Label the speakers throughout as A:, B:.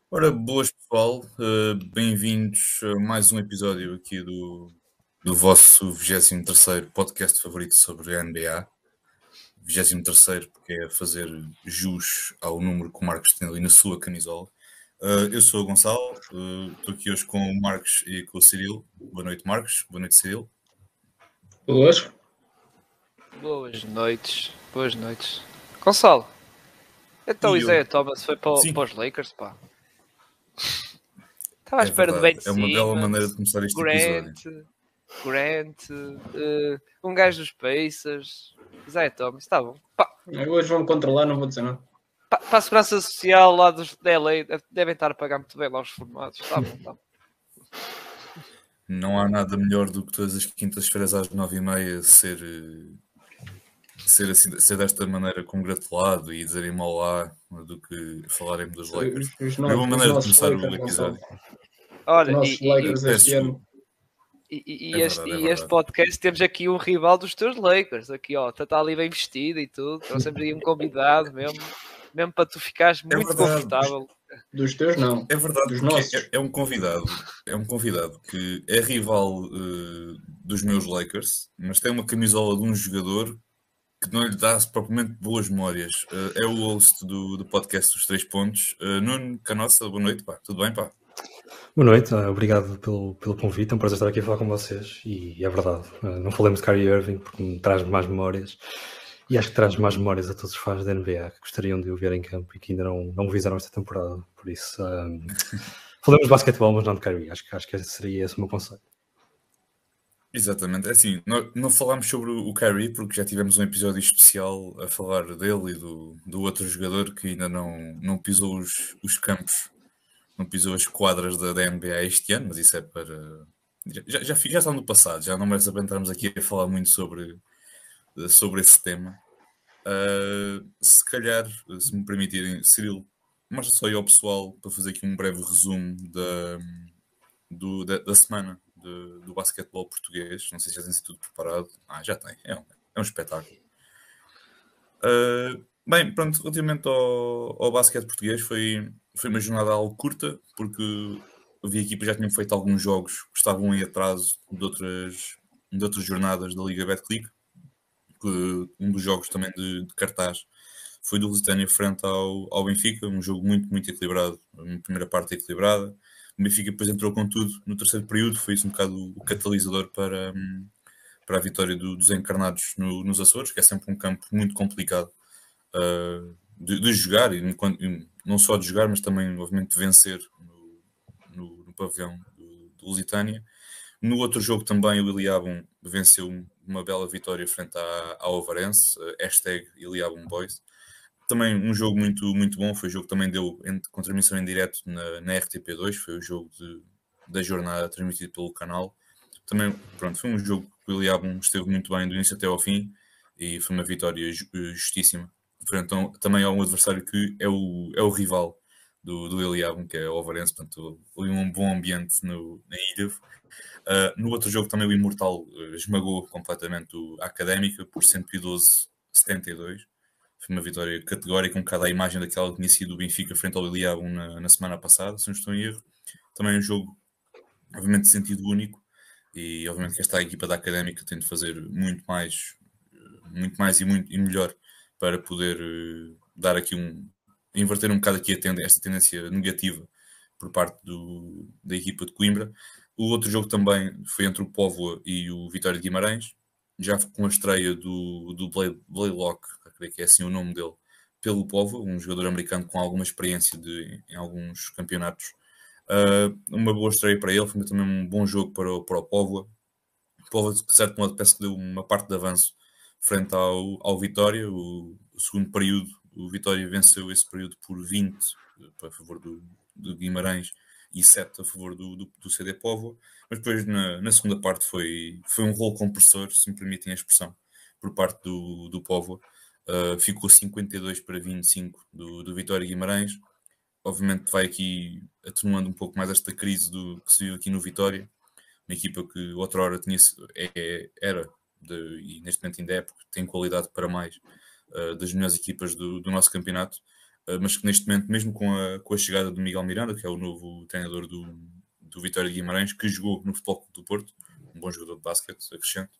A: Ora, boas pessoal, bem-vindos a mais um episódio aqui do vosso 23º podcast favorito sobre a NBA. 23º, porque é fazer jus ao número que o Marcos tem ali na sua camisola. Eu sou o Gonçalo, estou aqui hoje com o Marcos e com o Cirilo. Boa noite, Marcos. Boa noite, Cirilo.
B: Boas.
C: Boas noites, boas noites. Gonçalo, então o
A: E eu-
C: Isaiah Thomas foi
A: Sim,
C: para os Lakers, pá. Estava à
A: é
C: espera de Ben
A: verdade. É uma bela maneira de
C: Simmons,
A: começar este episódio.
C: Grant, um gajo dos Pacers, Isaiah Thomas, está bom. Pá,
B: Hoje vão-me controlar, não vou dizer nada.
C: para a segurança social lá dos da LA, devem estar a pagar muito bem lá os formados. Está bom, está bom.
A: Não há nada melhor do que todas as quintas-feiras às 9h30 ser desta maneira congratulado e dizerem mal lá do que falarem dos Lakers.
B: Os
A: É uma maneira de
B: nossos
A: começar o
B: Lakers, Gonçalo.
A: episódio.
C: Olha,
B: Os nossos Lakers
A: Peço
B: este ano.
A: desculpa. É verdade, é
C: este
A: verdade.
C: podcast temos aqui um rival dos teus Lakers. Aqui, ó, está ali bem vestido e tudo. Trouxemos aí um convidado mesmo para tu ficares muito
A: verdade.
C: confortável.
B: Dos teus, não.
A: É verdade,
B: Dos
A: porque
B: nossos.
A: é um convidado que é rival dos meus Lakers, mas tem uma camisola de um jogador que não lhe dá propriamente boas memórias. É o host do podcast dos 3 pontos. Nuno Canossa, boa noite, pá. Tudo bem, pá?
D: Boa noite, obrigado pelo convite, é um prazer estar aqui a falar com vocês e é verdade, não falemos de Kyrie Irving porque me traz mais memórias e acho que traz mais memórias a todos os fãs da NBA que gostariam de o ver em campo e que ainda não o visaram esta temporada, por isso falemos de basquetebol, mas não de Kyrie, acho que seria esse o meu conselho.
A: Exatamente, é assim, não falámos sobre o Kyrie porque já tivemos um episódio especial a falar dele e do outro jogador que ainda não pisou os campos, não pisou as quadras da NBA este ano, mas isso é para... Já está no passado, já não merece a pena estarmos aqui a falar muito sobre esse tema. Se calhar, se me permitirem, Cirilo, mostra só aí ao pessoal para fazer aqui um breve resumo da semana do basquetebol português. Não sei se já tem sido tudo preparado. Já tem. É um espetáculo. Bem, pronto, relativamente ao basquete português, foi uma jornada algo curta, porque havia equipas que já tinham feito alguns jogos que estavam em atraso de outras jornadas da Liga Betclic. Um dos jogos também de cartaz foi do Lusitânia frente ao Benfica, um jogo muito, muito equilibrado, uma primeira parte equilibrada. O Benfica depois entrou com tudo no terceiro período, foi isso um bocado o catalisador para a vitória dos encarnados nos Açores, que é sempre um campo muito complicado de jogar, e não só de jogar, mas também, obviamente, de vencer no pavilhão do Lusitânia. No outro jogo também o Iliabum venceu uma bela vitória frente ao Ovarense, #Iliabum Boys. Também um jogo muito, muito bom, foi o jogo que também deu com transmissão em direto na RTP2, foi o jogo da jornada transmitido pelo canal. Também, pronto, foi um jogo que o Iliabum esteve muito bem do início até ao fim e foi uma vitória justíssima. Frente também a um adversário que é o rival do Iliabum, que é o Ovarense, portanto, ali um bom ambiente na ilha. No outro jogo também o Imortal esmagou completamente a Académica por 112-72. Foi uma vitória categórica, um bocado à imagem daquela que tinha sido o Benfica frente ao Iliabum na semana passada, se não estou em erro. Também um jogo, obviamente, de sentido único e, obviamente, que esta equipa da Académica tem de fazer muito mais e melhor para poder dar aqui inverter um bocado aqui esta tendência negativa por parte da equipa de Coimbra. O outro jogo também foi entre o Póvoa e o Vitória de Guimarães, já com a estreia do Blaylock, creio que é assim o nome dele, pelo Póvoa, um jogador americano com alguma experiência em alguns campeonatos. Uma boa estreia para ele, foi também um bom jogo para o Póvoa. O Póvoa, de certo modo, parece que deu uma parte de avanço frente ao Vitória. O segundo período, o Vitória venceu esse período por 20 a favor do Guimarães e 7 a favor do CD Póvoa, mas depois na segunda parte foi um rolo compressor, se me permitem a expressão, por parte do Póvoa. Ficou 52-25 do Vitória Guimarães. Obviamente vai aqui atenuando um pouco mais esta crise que se viu aqui no Vitória, uma equipa que outrora era, e neste momento ainda é, porque tem qualidade para mais, das melhores equipas do nosso campeonato. mas que neste momento, mesmo com a chegada do Miguel Miranda, que é o novo treinador do Vitória de Guimarães, que jogou no Futebol Clube do Porto, um bom jogador de basquete, acrescento,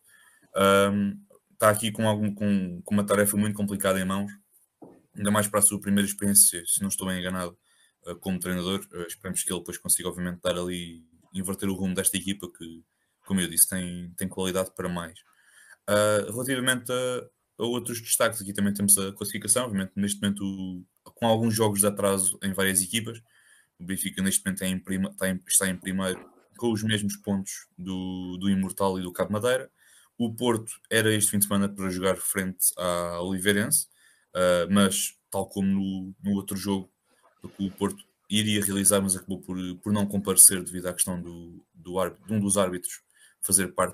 A: está aqui com uma tarefa muito complicada em mãos, ainda mais para a sua primeira experiência, se não estou bem enganado, como treinador. Esperemos que ele depois consiga, obviamente, dar ali, inverter o rumo desta equipa que, como eu disse, tem qualidade para mais. Relativamente a outros destaques, aqui também temos a classificação, obviamente, neste momento, com alguns jogos de atraso em várias equipas. O Benfica, neste momento, está em primeiro, com os mesmos pontos do Imortal e do Cabo Madeira. O Porto era este fim de semana para jogar frente à Oliveirense, mas, tal como no outro jogo, que o Porto iria realizar, mas acabou por não comparecer devido à questão de um dos árbitros fazer parte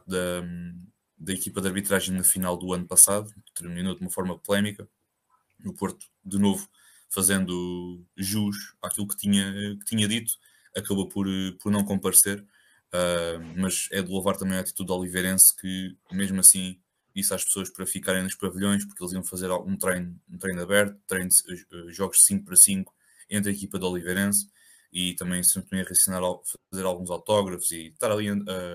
A: da equipa de arbitragem na final do ano passado, que terminou de uma forma polémica. O Porto, de novo, fazendo jus àquilo que tinha dito, acabou por não comparecer, mas é de louvar também a atitude do Oliveirense, que mesmo assim disse às pessoas para ficarem nos pavilhões, porque eles iam fazer um treino aberto, jogos de 5 para 5 entre a equipa do Oliveirense, e também se não fazer alguns autógrafos e estar ali.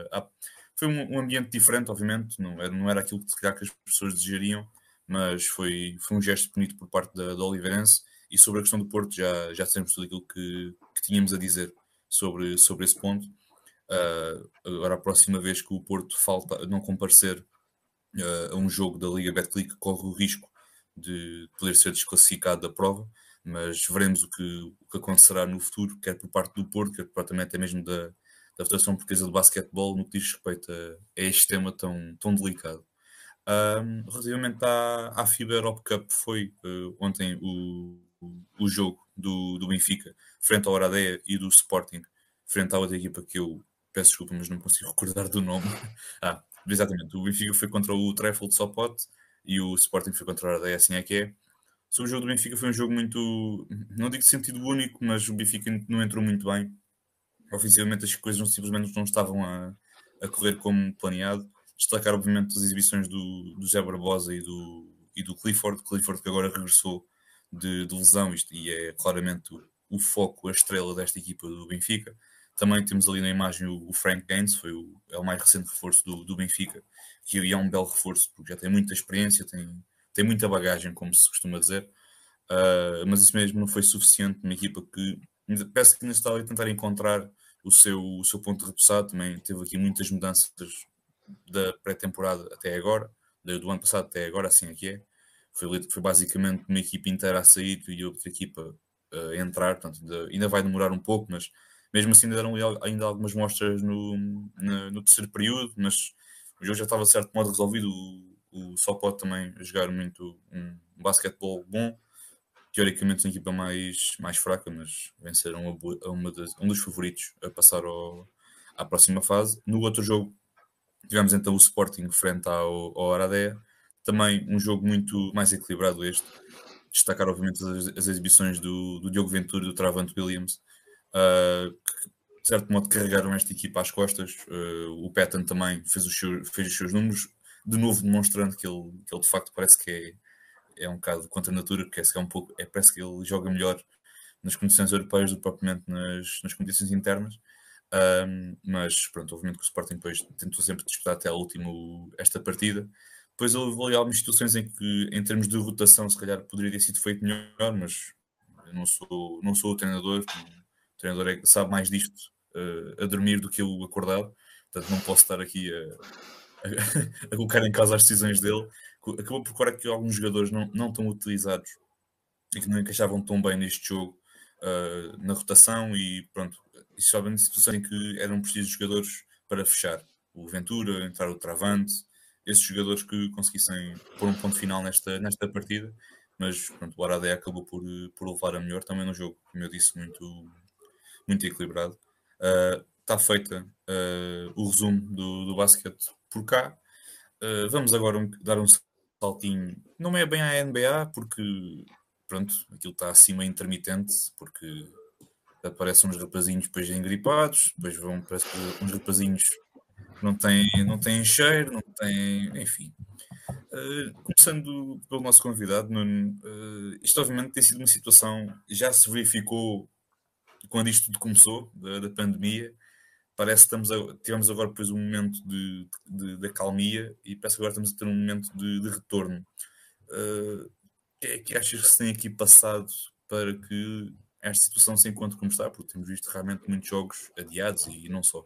A: Foi um ambiente diferente, obviamente, não era aquilo que se calhar que as pessoas desejariam, mas foi um gesto bonito por parte da Oliveirense. E sobre a questão do Porto, já dissemos tudo aquilo que tínhamos a dizer sobre esse ponto. Agora, a próxima vez que o Porto não comparecer a um jogo da Liga Betclic, corre o risco de poder ser desclassificado da prova, mas veremos o que acontecerá no futuro, quer por parte do Porto, quer por parte também até mesmo da Federação Portuguesa de Basquetebol, no que diz respeito a este tema tão delicado. Relativamente à FIBA Europe Cup, foi ontem o jogo do Benfica frente ao Oradea e do Sporting frente à outra equipa que eu peço desculpa, mas não consigo recordar do nome. Exatamente, o Benfica foi contra o Treffel de Sopot e o Sporting foi contra o Oradea, assim é que é. Sobre o jogo do Benfica, foi um jogo muito, não digo de sentido único, mas o Benfica não entrou muito bem. Ofensivamente as coisas simplesmente não estavam a correr como planeado. Destacar, obviamente, as exibições do Zé Barbosa e do Clifford que agora regressou de lesão, e é claramente o foco, a estrela desta equipa do Benfica. Também temos ali na imagem o Frank Gaines, é o mais recente reforço do Benfica, que é um belo reforço, porque já tem muita experiência, tem muita bagagem, como se costuma dizer, mas isso mesmo não foi suficiente. Uma equipa que parece que ainda está a tentar encontrar o seu ponto de repousado. Também teve aqui muitas mudanças da pré-temporada até agora, do ano passado até agora, assim é que é. Foi basicamente uma equipa inteira a sair e outra equipa a entrar, portanto ainda vai demorar um pouco, mas mesmo assim deram ainda algumas mostras no terceiro período, mas o jogo já estava de certo modo resolvido. O Sopot também a jogar muito um basquetebol bom, teoricamente uma equipa mais fraca, mas venceram um dos favoritos a passar à próxima fase. No outro jogo tivemos então o Sporting frente ao Oradea, também um jogo muito mais equilibrado este. Destacar obviamente as exibições do Diogo Ventura e do Travante Williams, que de certo modo carregaram esta equipa às costas. O Patton também fez os seus números, de novo demonstrando que ele de facto parece que é um bocado contra a natura, porque parece que ele joga melhor nas condições europeias do que propriamente nas condições internas. Mas pronto, obviamente que o Sporting depois tentou sempre disputar até ao último esta partida. Depois houve ali algumas situações em que, em termos de rotação, se calhar poderia ter sido feito melhor, mas eu não sou o treinador. O treinador sabe mais disto a dormir do que eu acordado, portanto não posso estar aqui a colocar em causa as decisões dele. Acabou por colocar que alguns jogadores não estão utilizados e que não encaixavam tão bem neste jogo na rotação, e pronto, isso só vem de situações em que eram precisos jogadores para fechar. O Ventura, entrar o Travante, esses jogadores que conseguissem pôr um ponto final nesta partida, mas pronto, o Oradea acabou por levar a melhor também no jogo, como eu disse, muito, muito equilibrado. Está feita o resumo do basquete por cá. Vamos agora dar um saltinho, não é bem à NBA, porque pronto, aquilo está acima intermitente, porque aparecem uns rapazinhos depois engripados, depois parece que uns rapazinhos que não têm cheiro, não têm, enfim. Começando pelo nosso convidado, Nuno, isto obviamente tem sido uma situação, já se verificou quando isto tudo começou, da pandemia. Parece que tivemos agora depois um momento de acalmia e parece que agora estamos a ter um momento de retorno. O que é que achas que se tem aqui passado para que esta situação se encontre como está? Porque temos visto realmente muitos jogos adiados e não só.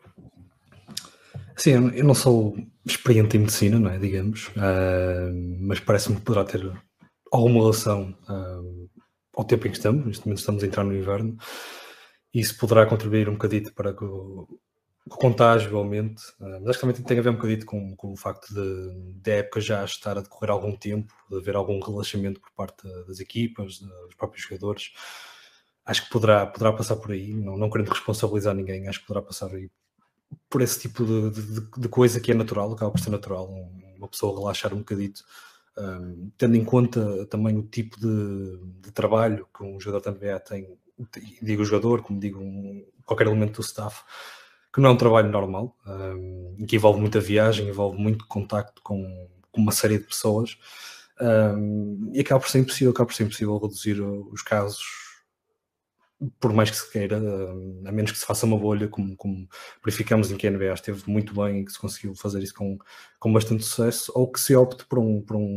D: Sim, eu não sou experiente em medicina, não é, digamos, mas parece-me que poderá ter alguma relação ao tempo em que estamos. Neste momento estamos a entrar no inverno e isso poderá contribuir um bocadito para que o contágio aumente, mas acho que também tem a ver um bocadito com o facto de a época já estar a decorrer algum tempo, de haver algum relaxamento por parte das equipas, dos próprios jogadores. Acho que poderá passar por aí, não querendo responsabilizar ninguém, acho que poderá passar aí por esse tipo de coisa que é natural, acaba por ser natural, uma pessoa relaxar um bocadito, tendo em conta também o tipo de trabalho que um jogador da NBA tem, digo o jogador, como digo qualquer elemento do staff, que não é um trabalho normal, que envolve muita viagem, envolve muito contacto com uma série de pessoas, e acaba por ser impossível reduzir os casos, por mais que se queira, a menos que se faça uma bolha, como verificamos em que a NBA esteve muito bem e que se conseguiu fazer isso com bastante sucesso, ou que se opte por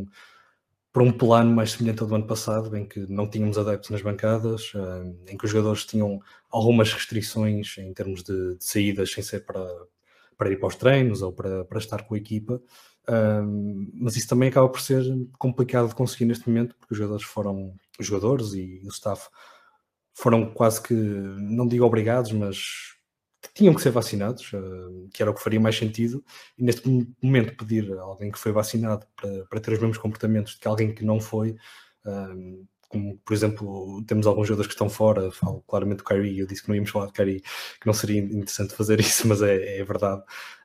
D: um plano mais semelhante ao do ano passado, em que não tínhamos adeptos nas bancadas, em que os jogadores tinham algumas restrições em termos de saídas, sem ser para ir para os treinos ou para estar com a equipa, mas isso também acaba por ser complicado de conseguir neste momento, porque os jogadores e o staff foram quase que, não digo obrigados, mas tinham que ser vacinados, que era o que faria mais sentido, e neste momento pedir a alguém que foi vacinado para ter os mesmos comportamentos de que alguém que não foi, como por exemplo, temos alguns jogadores que estão fora, falo claramente do Kyrie, eu disse que não íamos falar de Kyrie, que não seria interessante fazer isso, mas é verdade.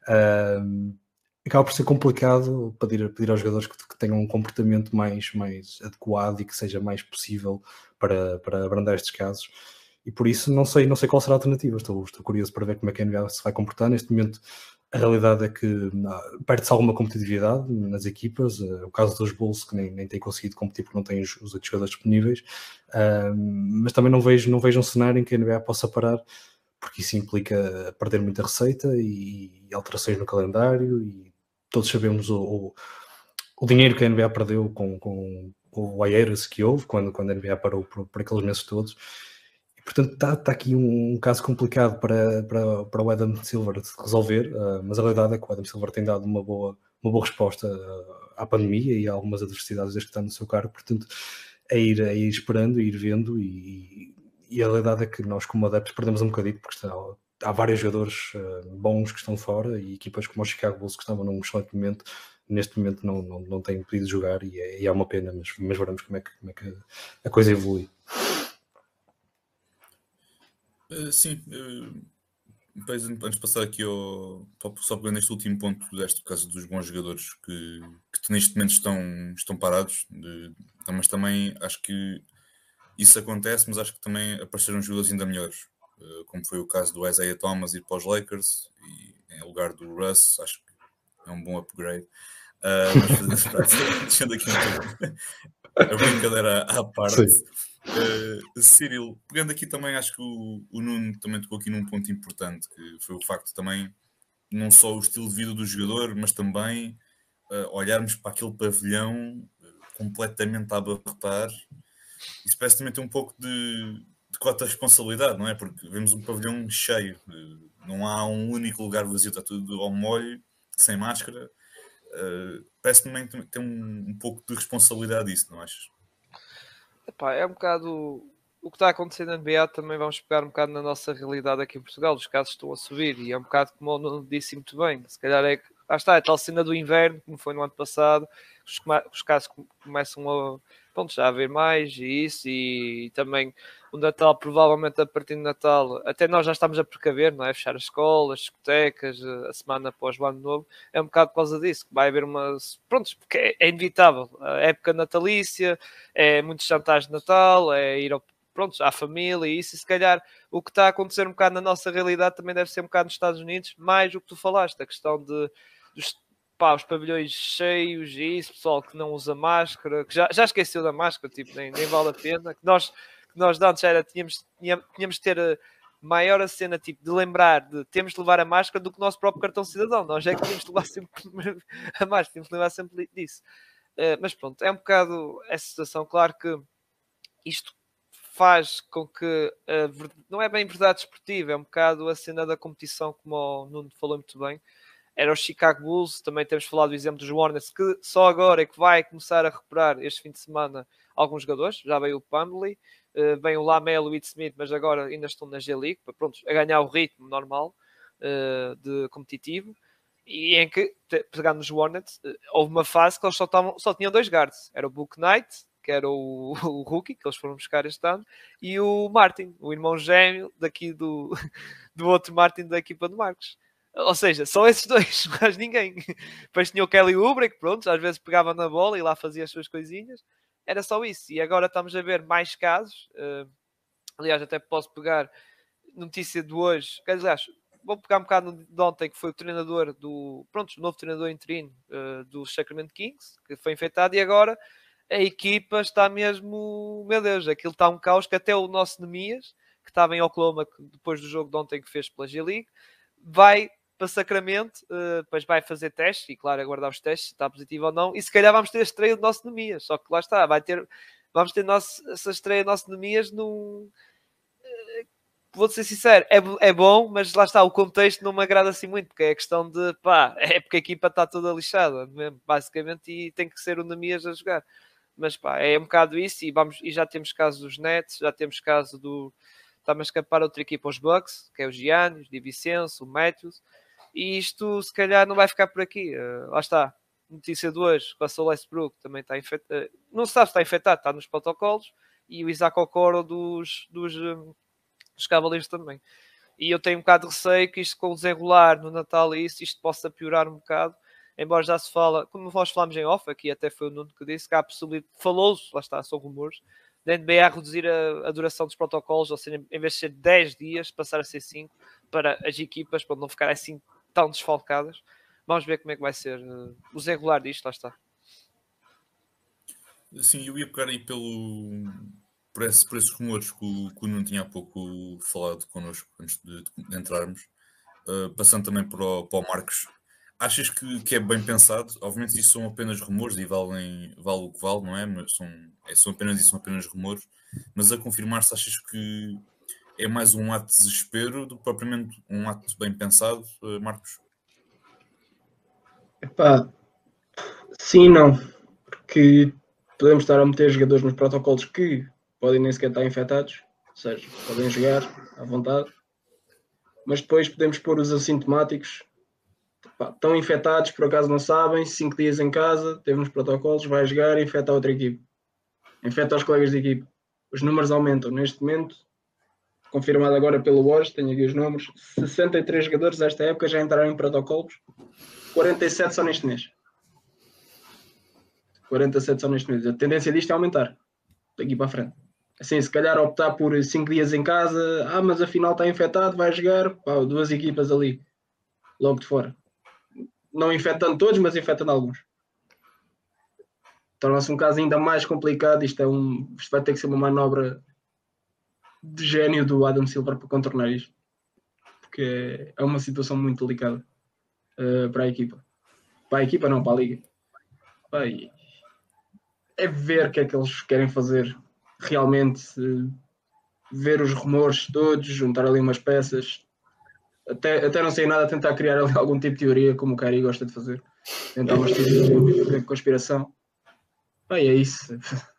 D: Acaba por ser complicado pedir aos jogadores que tenham um comportamento mais adequado e que seja mais possível para abrandar estes casos. E por isso não sei qual será a alternativa. Estou curioso para ver como é que a NBA se vai comportar. Neste momento, a realidade é que perde-se alguma competitividade nas equipas. O caso dos Bulls, que nem tem conseguido competir porque não tem os outros jogadores disponíveis. Mas também não vejo um cenário em que a NBA possa parar, porque isso implica perder muita receita e alterações no calendário, e todos sabemos o dinheiro que a NBA perdeu com o hiatus que houve quando a NBA parou por aqueles meses todos. E, portanto, está aqui um caso complicado para o Adam Silver resolver, mas a realidade é que o Adam Silver tem dado uma boa resposta à pandemia e a algumas adversidades desde que está no seu cargo. Portanto, é ir esperando, ir vendo, e a realidade é que nós, como adeptos, perdemos um bocadinho, porque há vários jogadores bons que estão fora, e equipas como o Chicago Bulls, que estavam num excelente momento, neste momento não têm podido jogar, e é uma pena, mas veremos como é que a coisa evolui.
A: Sim, depois, antes de passar aqui só pegando neste último ponto, deste caso dos bons jogadores que neste momento estão parados, mas também acho que isso acontece, mas acho que também apareceram jogadores ainda melhores, como foi o caso do Isaiah Thomas ir para os Lakers, e em lugar do Russ, acho que é um bom upgrade. Mas deixando aqui um pouco a brincadeira à parte. Cyril, pegando aqui também, acho que o Nuno também tocou aqui num ponto importante, que foi o facto também, não só o estilo de vida do jogador, mas também olharmos para aquele pavilhão completamente a abarrotar. Isso parece também ter um pouco de cota de responsabilidade, não é? Porque vemos um pavilhão cheio, não há um único lugar vazio, está tudo ao molho, sem máscara. Parece também ter um pouco de responsabilidade disso, não achas?
C: Epá, é um bocado o que está acontecendo na NBA. Também vamos pegar um bocado na nossa realidade aqui em Portugal. Os casos estão a subir e é um bocado como o Nuno disse muito bem. Se calhar é a tal cena do inverno, como foi no ano passado, os casos começam já a haver mais e isso, e também o Natal, provavelmente a partir do Natal, até nós já estamos a precaver, não é? Fechar as escolas, as discotecas, a semana após o ano novo, é um bocado por causa disso, que vai haver porque é inevitável, a época natalícia, é muitos jantares de Natal, é ir à família e isso, e se calhar o que está a acontecer um bocado na nossa realidade também deve ser um bocado nos Estados Unidos, mais o que tu falaste, a questão pá, os pavilhões cheios e isso, pessoal que não usa máscara, que já esqueceu da máscara, tipo, nem vale a pena. Que nós antes era, tínhamos de ter maior a cena, tipo, de lembrar de temos de levar a máscara do que o nosso próprio cartão cidadão. Nós é que tínhamos de levar sempre a máscara, tínhamos de lembrar sempre disso. Mas pronto, é um bocado essa situação. Claro que isto faz com que não é bem verdade esportiva, é um bocado a cena da competição, como o Nuno falou muito bem. Era o Chicago Bulls, também temos falado do exemplo dos Hornets, que só agora é que vai começar a recuperar este fim de semana alguns jogadores. Já veio o Pumley, vem o Lamelo e o Ed Smith, mas agora ainda estão na G-League, pronto, a ganhar o ritmo normal de competitivo. E em que, pegando nos Hornets, houve uma fase que eles só tinham 2 guards. Era o Book Knight, que era o rookie, que eles foram buscar este ano, e o Martin, o irmão gêmeo daqui do outro Martin da equipa de Marcos. Ou seja, só esses 2, mais ninguém. Depois tinha o Kelly Oubre, que pronto, às vezes pegava na bola e lá fazia as suas coisinhas. Era só isso. E agora estamos a ver mais casos. Aliás, até posso pegar notícia de hoje. Aliás, vou pegar um bocado de ontem, que foi o treinador o novo treinador interino do Sacramento Kings, que foi infectado, e agora a equipa está mesmo, meu Deus, aquilo está um caos, que até o nosso Nemias, que estava em Oklahoma depois do jogo de ontem que fez pela G-League, vai para Sacramento, depois vai fazer testes, e claro, aguardar os testes, se está positivo ou não, e se calhar vamos ter a estreia do nosso Nemias, só que lá está, vamos ter essa estreia do nosso Nemias num... Vou ser sincero, é bom, mas lá está, o contexto não me agrada assim muito, porque é a questão de, pá, é porque a equipa está toda lixada, mesmo, basicamente, e tem que ser o Nemias a jogar. Mas pá, é um bocado isso, e já temos caso dos Nets, já temos caso do... Está-me a escapar outra equipa, os Bucks, que é o Giannis, o Di Vincenzo, o Matthews, e isto se calhar não vai ficar por aqui. Lá está, notícia de hoje, com a Russell Westbrook também está infectado, não se sabe se está infectado, está nos protocolos, e o Isaac Okoro dos Cavaliers também. E eu tenho um bocado de receio que isto com o desenrolar no Natal e isto possa piorar um bocado, embora já se fala, como nós falámos em off, aqui até foi o Nuno que disse, que há a possibilidade, falou-se, lá está, são rumores, da NBA reduzir a duração dos protocolos, ou seja, em vez de ser 10 dias, passar a ser 5, para as equipas, para não ficarem assim tão desfalcadas. Vamos ver como é que vai ser o desenrolar disto, lá está.
A: Sim, eu ia pegar aí por esses rumores que o Nuno tinha há pouco falado connosco, antes de entrarmos, passando também para o Marcos. Achas que é bem pensado? Obviamente isso são apenas rumores e vale o que vale, não é? Mas são apenas rumores. Mas a confirmar-se, achas que é mais um ato de desespero do que propriamente um ato bem pensado, Marcos?
B: Epá, sim, não. Porque podemos estar a meter jogadores nos protocolos que podem nem sequer estar infectados, ou seja, podem jogar à vontade, mas depois podemos pôr os assintomáticos, estão infectados, por acaso não sabem, 5 dias em casa, teve nos protocolos, vai jogar e infecta a outra equipe. Infecta os colegas de equipe. Os números aumentam. Neste momento, confirmado agora pelo Woj, tenho aqui os números, 63 jogadores desta época já entraram em protocolos, 47 só neste mês. 47 só neste mês. A tendência disto é aumentar daqui para a frente. Assim, se calhar optar por 5 dias em casa, mas afinal está infectado, vai jogar, 2 equipas ali, logo de fora. Não infectando todos, mas infectando alguns. Torna-se um caso ainda mais complicado. Isto vai ter que ser uma manobra de gênio do Adam Silver para contornar isto. Porque é uma situação muito delicada para a equipa. Para a equipa não, para a liga. É ver o que é que eles querem fazer. Realmente ver os rumores todos, juntar ali umas peças. Até não sei nada, tentar criar ali algum tipo de teoria, como o Kyrie gosta de fazer. Tentar umas teorias de conspiração. É isso.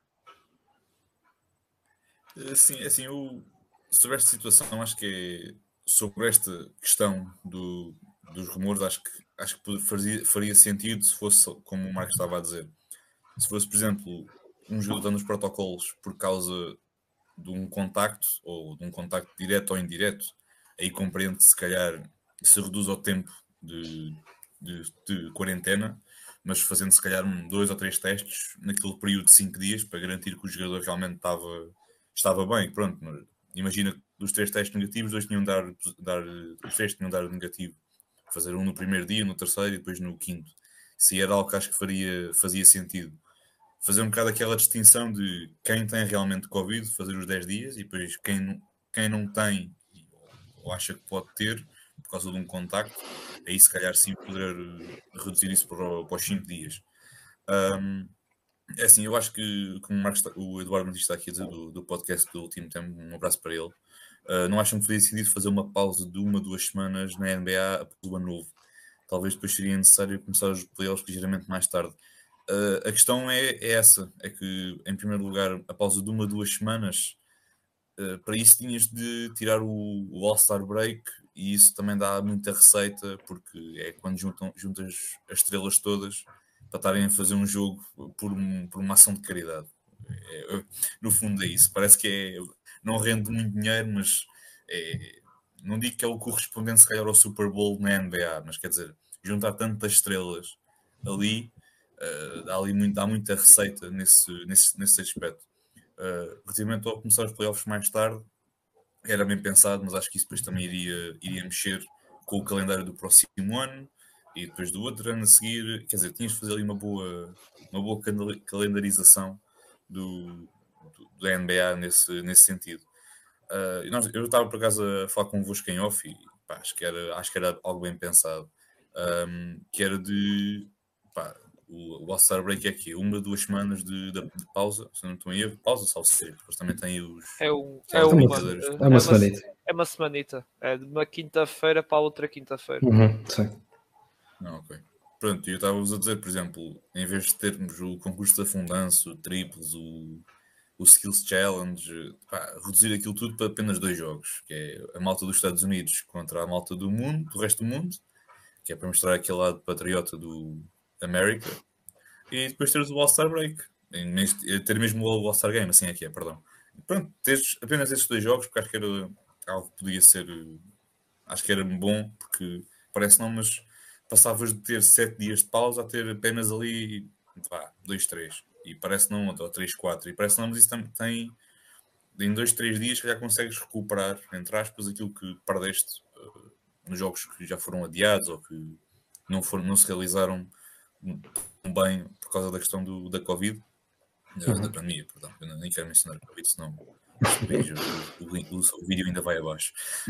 A: Sim, assim, sobre esta situação, acho que sobre esta questão dos rumores, acho que faria sentido se fosse, como o Marcos estava a dizer, se fosse, por exemplo, um jogador nos protocolos por causa de um contacto, ou de um contacto direto ou indireto, aí compreende que se calhar se reduz ao tempo de quarentena, mas fazendo se calhar 2 ou 3 testes naquele período de 5 dias para garantir que o jogador realmente estava bem. Pronto, imagina que dos 3 testes negativos, 2 tinham de dar os 3 tinham de dar negativo. Fazer um no primeiro dia, no terceiro e depois no quinto. se era algo que acho que fazia sentido. Fazer um bocado aquela distinção de quem tem realmente Covid, fazer os 10 dias, e depois quem não tem ou acha que pode ter, por causa de um contacto, aí se calhar sim poder reduzir isso para os 5 dias. É assim, eu acho que, como o Eduardo Martins está aqui a dizer do podcast do último tempo, um abraço para ele, não acham que foi decidido fazer uma pausa de 1-2 semanas na NBA após o ano novo? Talvez depois seria necessário começar os playoffs ligeiramente mais tarde. A questão é essa, é que, em primeiro lugar, a pausa de 1-2 semanas, para isso tinhas de tirar o All-Star Break, e isso também dá muita receita, porque é quando juntas as estrelas todas para estarem a fazer um jogo por uma ação de caridade. No fundo é isso. Parece que não rende muito dinheiro, mas não digo que é o correspondente se calhar ao Super Bowl na NBA, mas quer dizer, juntar tantas estrelas ali, dá muita receita nesse aspecto. Relativamente ao começar os playoffs mais tarde, era bem pensado, mas acho que isso depois também iria mexer com o calendário do próximo ano e depois do outro ano a seguir. Quer dizer, tinhas de fazer ali uma boa calendarização da NBA nesse sentido. Eu estava por acaso a falar convosco em off e pá, acho que era algo bem pensado, que era de o All-Star Break é aqui, 1-2 semanas de pausa, se não estou em erro, pausa salvo seja, depois também tem os
D: uma semanita.
C: É uma semanita, é de uma quinta-feira para a outra quinta-feira.
D: Sim.
A: Não, ok. Pronto, eu estava-vos a dizer, por exemplo, em vez de termos o concurso de afundanço, o triples, o Skills Challenge, reduzir aquilo tudo para apenas 2 jogos, que é a malta dos Estados Unidos contra a malta do resto do mundo, que é para mostrar aquele lado patriota do América, e depois teres o All-Star Break, ter mesmo o All-Star Game, assim é que é, perdão. Pronto, teres apenas esses 2 jogos, porque acho que era algo que podia ser, acho que era bom, porque parece não, mas passavas de ter 7 dias de pausa a ter apenas ali 2, 3, e parece não, ou 3, 4, e parece não, mas isso tem em 2, 3 dias que já consegues recuperar, entre aspas, aquilo que perdeste nos jogos que já foram adiados ou que não se realizaram bem por causa da questão da Covid, da pandemia, perdão. Eu nem quero mencionar a Covid, senão o vídeo ainda vai abaixo.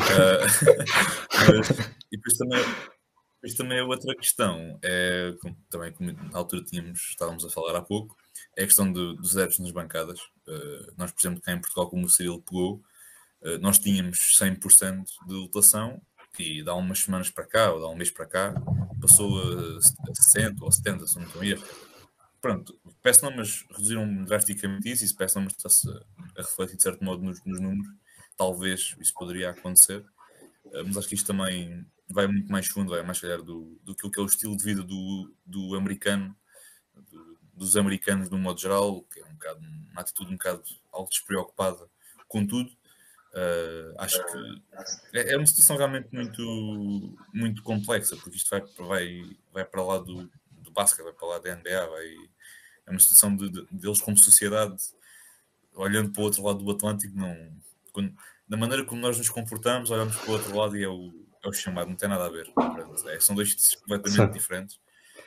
A: E depois também a outra questão, também como na altura estávamos a falar há pouco, é a questão dos adeptos nas bancadas. Nós, por exemplo, cá em Portugal, como o Cirilo pegou, nós tínhamos 100% de lotação, e dá umas semanas para cá, ou dá um mês para cá, passou a 60 ou 70, se não estou a erro. Pronto, peço não, mas reduziram drasticamente isso, e se peço não, mas está-se a refletir de certo modo nos números, talvez isso poderia acontecer, mas acho que isto também vai muito mais fundo, vai mais calhar do que é o estilo de vida do americano, dos americanos de um modo geral, que é uma atitude um bocado algo despreocupada com tudo. Acho que é uma situação realmente muito, muito complexa, porque isto vai para lá do basquete, vai para lá da NBA, é uma situação deles como sociedade, olhando para o outro lado do Atlântico, da maneira como nós nos comportamos, olhamos para o outro lado e é o chamado, não tem nada a ver. São 2 sítios completamente diferentes.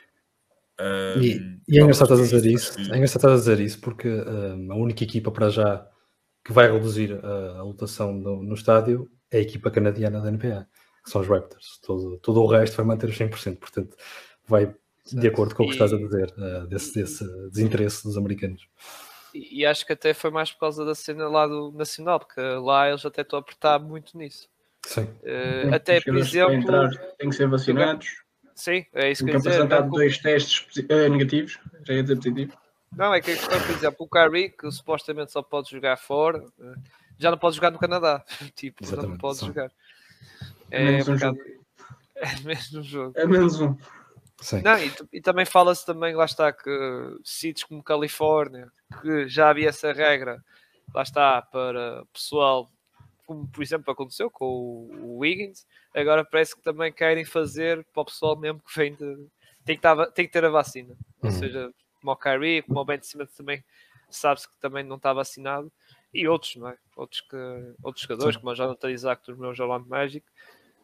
D: E é engraçado estás a dizer isso, porque a única equipa para já que vai reduzir a lotação no estádio é a equipa canadiana da NBA, que são os Raptors. Todo o resto vai manter os 100%, portanto vai de acordo com o que estás a dizer, desse desinteresse dos americanos.
C: E acho que até foi mais por causa da cena lá do Nacional, porque lá eles até estão a apertar muito nisso.
D: Sim.
C: Até, por exemplo...
B: Para entrar, têm que ser vacinados.
C: Sim, é isso que
B: eu ia dizer. Tem que apresentar 2 testes negativos, já ia dizer positivo.
C: Não, é que a questão, por exemplo, o Kyrie, que supostamente só pode jogar fora, já não pode jogar no Canadá. Tipo, já não pode jogar.
B: É
C: menos um jogo.
B: É menos um.
D: Sim.
C: Não, e também fala-se também, lá está, que sítios como Califórnia, que já havia essa regra, lá está, para pessoal, como por exemplo aconteceu com o Wiggins, agora parece que também querem fazer para o pessoal mesmo que vem tem que ter a vacina. Ou seja, como o Kyrie, como o Ben Simmons também sabe-se que também não está vacinado, e outros, não é? Outros jogadores, como o Jonathan Isaac dos meus Orlando Magic,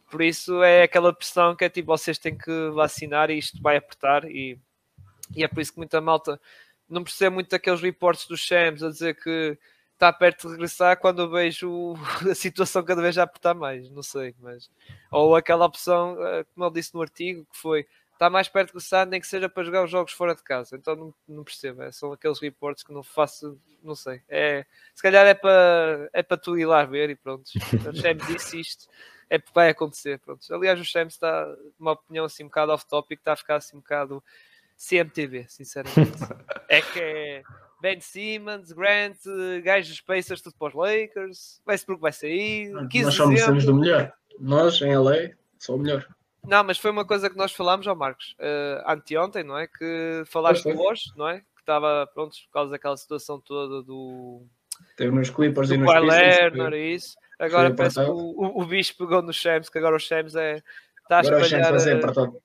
C: Por isso é aquela pressão que é tipo, vocês têm que vacinar e isto vai apertar, e é por isso que muita malta não percebe muito daqueles reportes dos Shams a dizer que está perto de regressar, quando eu vejo a situação cada vez a apertar mais, não sei, mas ou aquela opção, como ele disse no artigo, que foi está mais perto de regressar, nem que seja para jogar os jogos fora de casa. Então não percebo, são aqueles reportes que não faço, não sei, se calhar é para tu ir lá ver e pronto. O Shams disse isto, é porque vai acontecer, pronto. Aliás, o Shams está, uma opinião assim um bocado off-topic, está a ficar assim um bocado CMTV, sinceramente. É que é Ben Simmons, Grant, gajos dos Pacers, tudo para os Lakers, Westbrook vai sair,
B: Nós só merecemos do melhor. Nós, em LA, só o melhor.
C: Não, mas foi uma coisa que nós falámos ao Marcos, anteontem, não é? Que falaste do Woj, não é? Que estava, pronto, por causa daquela situação toda do...
B: Teve nos Clippers e
C: do
B: nos
C: Kawhi
B: Pistons.
C: Leonard e isso. Agora parece que o bicho pegou no Shams, que agora o Shams está a
B: Agora o Shams
C: espalhar...
B: vai ser apertado.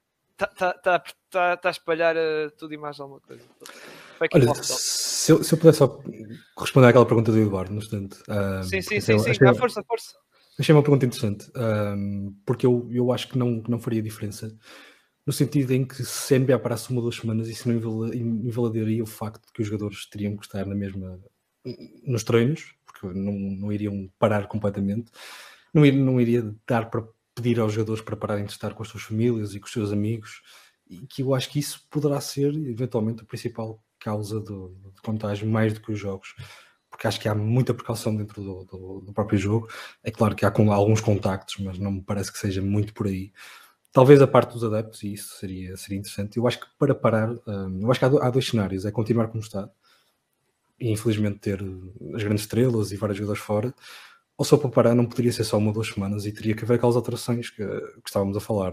C: Está a espalhar tudo e mais alguma coisa.
D: Olha, se eu puder só responder àquela pergunta do Eduardo, no instante.
C: Sim, dá força.
D: Achei uma pergunta interessante, porque eu acho que não faria diferença, no sentido em que se a NBA parasse 1 ou 2 semanas, isso não invalidaria o facto de que os jogadores teriam que estar na mesma nos treinos, porque não iriam parar completamente, não iria dar para pedir aos jogadores para pararem de estar com as suas famílias e com os seus amigos, e que eu acho que isso poderá ser eventualmente a principal causa de contágio, mais do que os jogos, porque acho que há muita precaução dentro do próprio jogo. É claro que há alguns contactos, mas não me parece que seja muito por aí. Talvez a parte dos adeptos, e isso seria interessante. Eu acho que para parar, eu acho que há 2 cenários: é continuar como está e infelizmente ter as grandes estrelas e vários jogadores fora, ou só para parar não poderia ser só 1 ou 2 semanas e teria que haver aquelas alterações que estávamos a falar,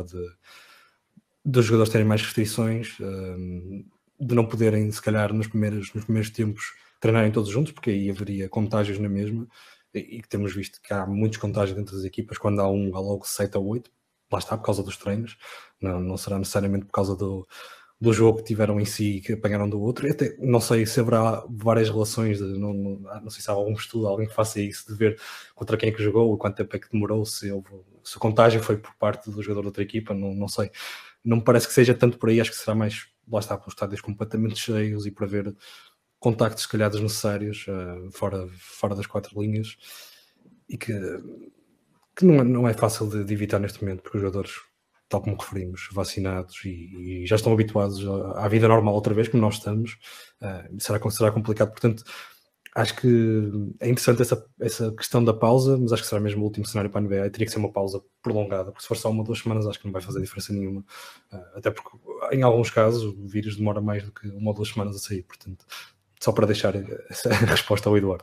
D: dos jogadores terem mais restrições, de não poderem, se calhar, nos primeiros tempos treinarem todos juntos, porque aí haveria contágios na mesma, e que temos visto que há muitos contágios entre as equipas. Quando há logo 7 ou 8, lá está, por causa dos treinos, não será necessariamente por causa do jogo que tiveram em si e que apanharam do outro. Até não sei se haverá várias relações, não sei se há algum estudo, alguém que faça isso, de ver contra quem é que jogou, quanto tempo é que demorou, se o contágio foi por parte do jogador da outra equipa, não sei. Não me parece que seja tanto por aí, acho que será mais, lá está, pelos estádios completamente cheios e para ver contactos, se calhar, desnecessários, fora das 4 linhas, e que não é fácil de evitar neste momento, porque os jogadores, tal como referimos, vacinados e já estão habituados à vida normal outra vez, como nós estamos, será complicado. Portanto, acho que é interessante essa questão da pausa, mas acho que será mesmo o último cenário para a NBA. Teria que ser uma pausa prolongada, porque se for só 1 ou 2 semanas, acho que não vai fazer diferença nenhuma. Até porque, em alguns casos, o vírus demora mais do que 1 ou 2 semanas a sair. Portanto, só para deixar essa resposta ao Eduardo.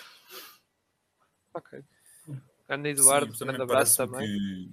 C: Ok. Ana Eduardo, um grande abraço também.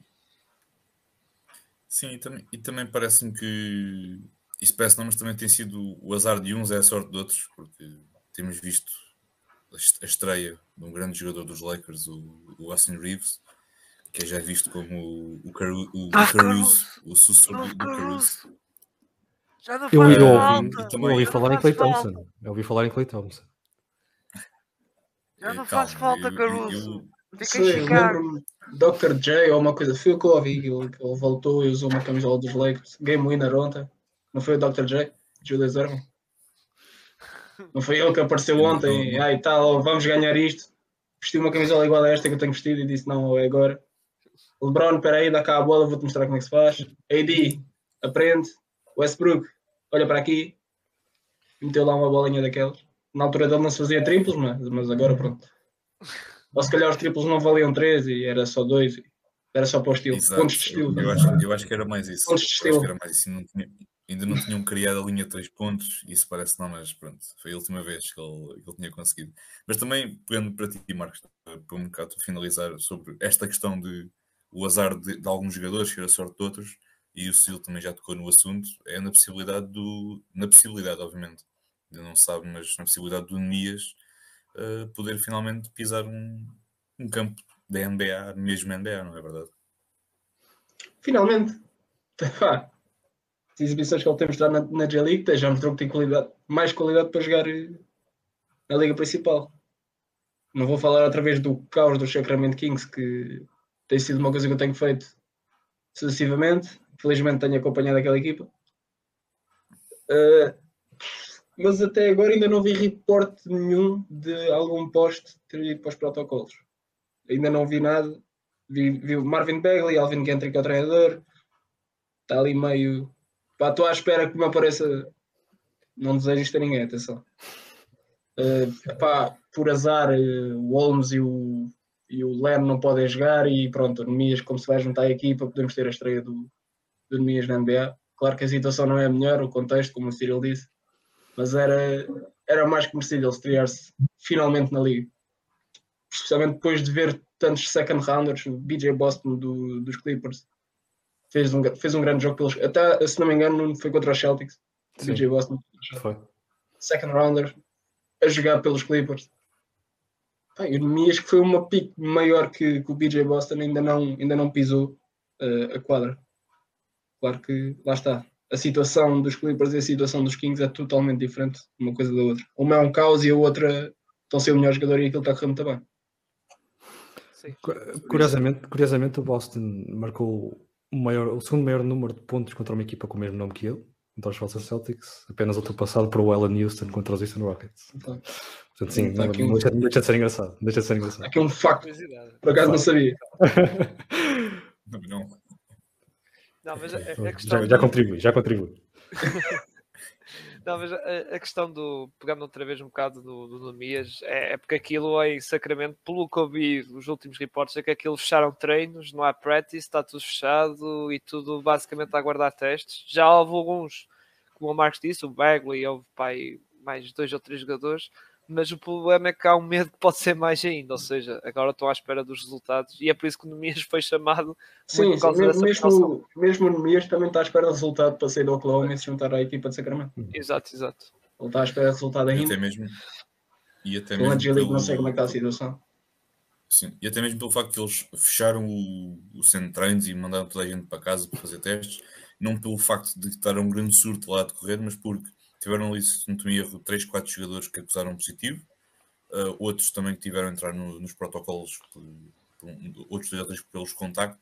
A: Sim, e também parece-me que isso parece não, mas também tem sido o azar de uns, é a sorte de outros, porque temos visto a estreia de um grande jogador dos Lakers, o Austin Reeves, que é já visto como o Caruso, o sucessor do Caruso.
C: Já não faz falta.
D: Eu ouvi falar em Klay Thompson.
C: Já não faz falta, Caruso.
B: Eu lembro-me Dr. J ou uma coisa, foi o que eu ouvi, ele voltou e usou uma camisola dos Lakers, Game Winner ontem, não foi o Dr. J? Julius Erving? Não foi ele que apareceu ontem, e tal, vamos ganhar isto, vestiu uma camisola igual a esta que eu tenho vestido e disse não, é agora. LeBron, espera aí, dá cá a bola, vou-te mostrar como é que se faz. AD, aprende. Westbrook, olha para aqui, meteu lá uma bolinha daquelas. Na altura dele não se fazia triplos, mas agora pronto. Ou se calhar os triplos não valiam 3 e era só 2, era só para o estilo.
A: Exato.
B: Pontos de estilo.
A: Eu acho que era mais isso.
B: Pontos de estilo.
A: Ainda não tinham criado a linha de 3 pontos, isso parece não, mas pronto, foi a última vez que ele tinha conseguido. Mas também, pegando para ti, Marcos, para um bocado finalizar sobre esta questão de o azar de alguns jogadores ser a sorte de outros, e o Sil também já tocou no assunto, é na possibilidade, obviamente, ainda não sabe, mas na possibilidade do Nias poder finalmente pisar um campo da NBA, mesmo NBA, não é verdade?
B: Finalmente. As exibições que ele tem mostrado na J-League já mostrou que tem mais qualidade para jogar na Liga Principal. Não vou falar outra vez do caos do Sacramento Kings, que tem sido uma coisa que eu tenho feito sucessivamente. Felizmente tenho acompanhado aquela equipa. Mas até agora ainda não vi reporte nenhum de algum poste ter ido para os protocolos. Ainda não vi nada. Vi o Marvin Bagley, Alvin Gentry, que é o treinador. Está ali meio... Pá, estou à espera que me apareça... Não desejo isto a ninguém, atenção. Pá, por azar, o Holmes e o Len não podem jogar e pronto, o Nemias, como se vai juntar a equipa, podemos ter a estreia do Nemias na NBA. Claro que a situação não é a melhor, o contexto, como o Cyril disse, mas era mais que merecido ele estrear-se finalmente na liga. Especialmente depois de ver tantos second rounders, o BJ Boston dos Clippers fez um grande jogo pelos. Até, se não me engano, foi contra os Celtics. O BJ Boston
D: foi
B: second rounder a jogar pelos Clippers. E o Nemias, que foi uma pique maior que o BJ Boston, ainda não pisou a quadra. Claro que lá está. A situação dos Clippers e a situação dos Kings é totalmente diferente uma coisa da outra. Uma é um caos e a outra estão a ser o melhor jogador e aquilo está a correr muito bem.
C: Sim.
D: Curiosamente, o Boston marcou o segundo maior número de pontos contra uma equipa com o mesmo nome que ele, contra os Boston Celtics, apenas ultrapassado por o Allen Houston contra os Houston Rockets.
B: Então,
D: portanto, sim, não deixa de ser engraçado.
B: Aqui é um facto. Por acaso não sabia.
C: Não, mas a questão
D: já contribui.
C: Não, mas a questão pegando outra vez um bocado do Nemias, é porque aquilo em Sacramento, pelo que eu vi os últimos reportes, é que aquilo fecharam treinos, não há practice, está tudo fechado e tudo basicamente a aguardar testes. Já houve alguns, como o Marcos disse, o Bagley, houve mais 2 ou 3 jogadores, mas o problema é que há um medo que pode ser mais ainda, ou seja, agora estou à espera dos resultados e é por isso que o Nemias foi chamado.
B: Sim, mesmo o Nemias também está à espera do resultado para sair do Oklahoma e se juntar à equipa de Sacramento.
C: Exato.
B: Ele está à espera do resultado ainda.
A: E até
B: mesmo G-League não sei como é que está a situação.
A: Sim, e até mesmo pelo facto que eles fecharam o centro de treinos e mandaram toda a gente para casa para fazer testes, não pelo facto de estar um grande surto lá a decorrer, mas porque tiveram ali, se não me erro, 3, 4 jogadores que acusaram positivo, outros também que tiveram a entrar nos protocolos, outros jogadores pelos contactos,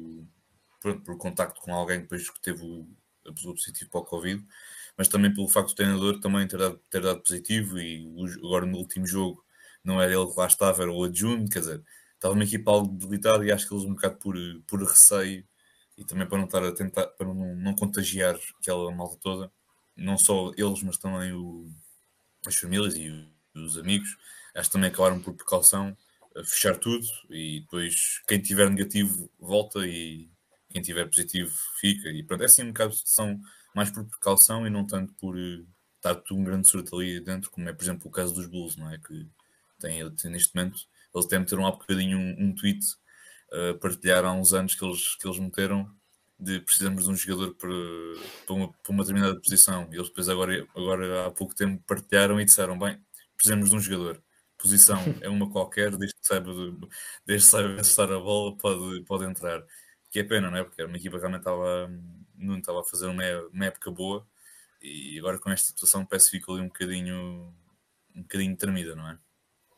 A: por contacto com alguém depois que teve a pessoa positivo para o Covid, mas também pelo facto do treinador também ter dado positivo e agora no último jogo não era ele que lá estava, era o adjunto, quer dizer, estava uma equipa algo debilitada e acho que eles um bocado por receio e também para não estar a tentar, para não contagiar aquela malta toda, não só eles, mas também as famílias e os amigos, acho que também acabaram por precaução a fechar tudo e depois quem tiver negativo volta e quem tiver positivo fica e pronto, é assim um bocado de situação mais por precaução e não tanto por estar tudo um grande surto ali dentro, como é por exemplo o caso dos Bulls, não é? Que tem neste momento, eles até meteram há bocadinho um tweet partilhar há uns anos que eles meteram de precisamos de um jogador para uma determinada posição. E eles depois agora há pouco tempo partilharam e disseram, bem, precisamos de um jogador. Posição é uma qualquer, desde que saiba lançar a bola, pode entrar. Que é pena, não é? Porque era uma equipa que realmente não estava a fazer uma época boa e agora com esta situação parece que ficou ali um bocadinho tremida, não é?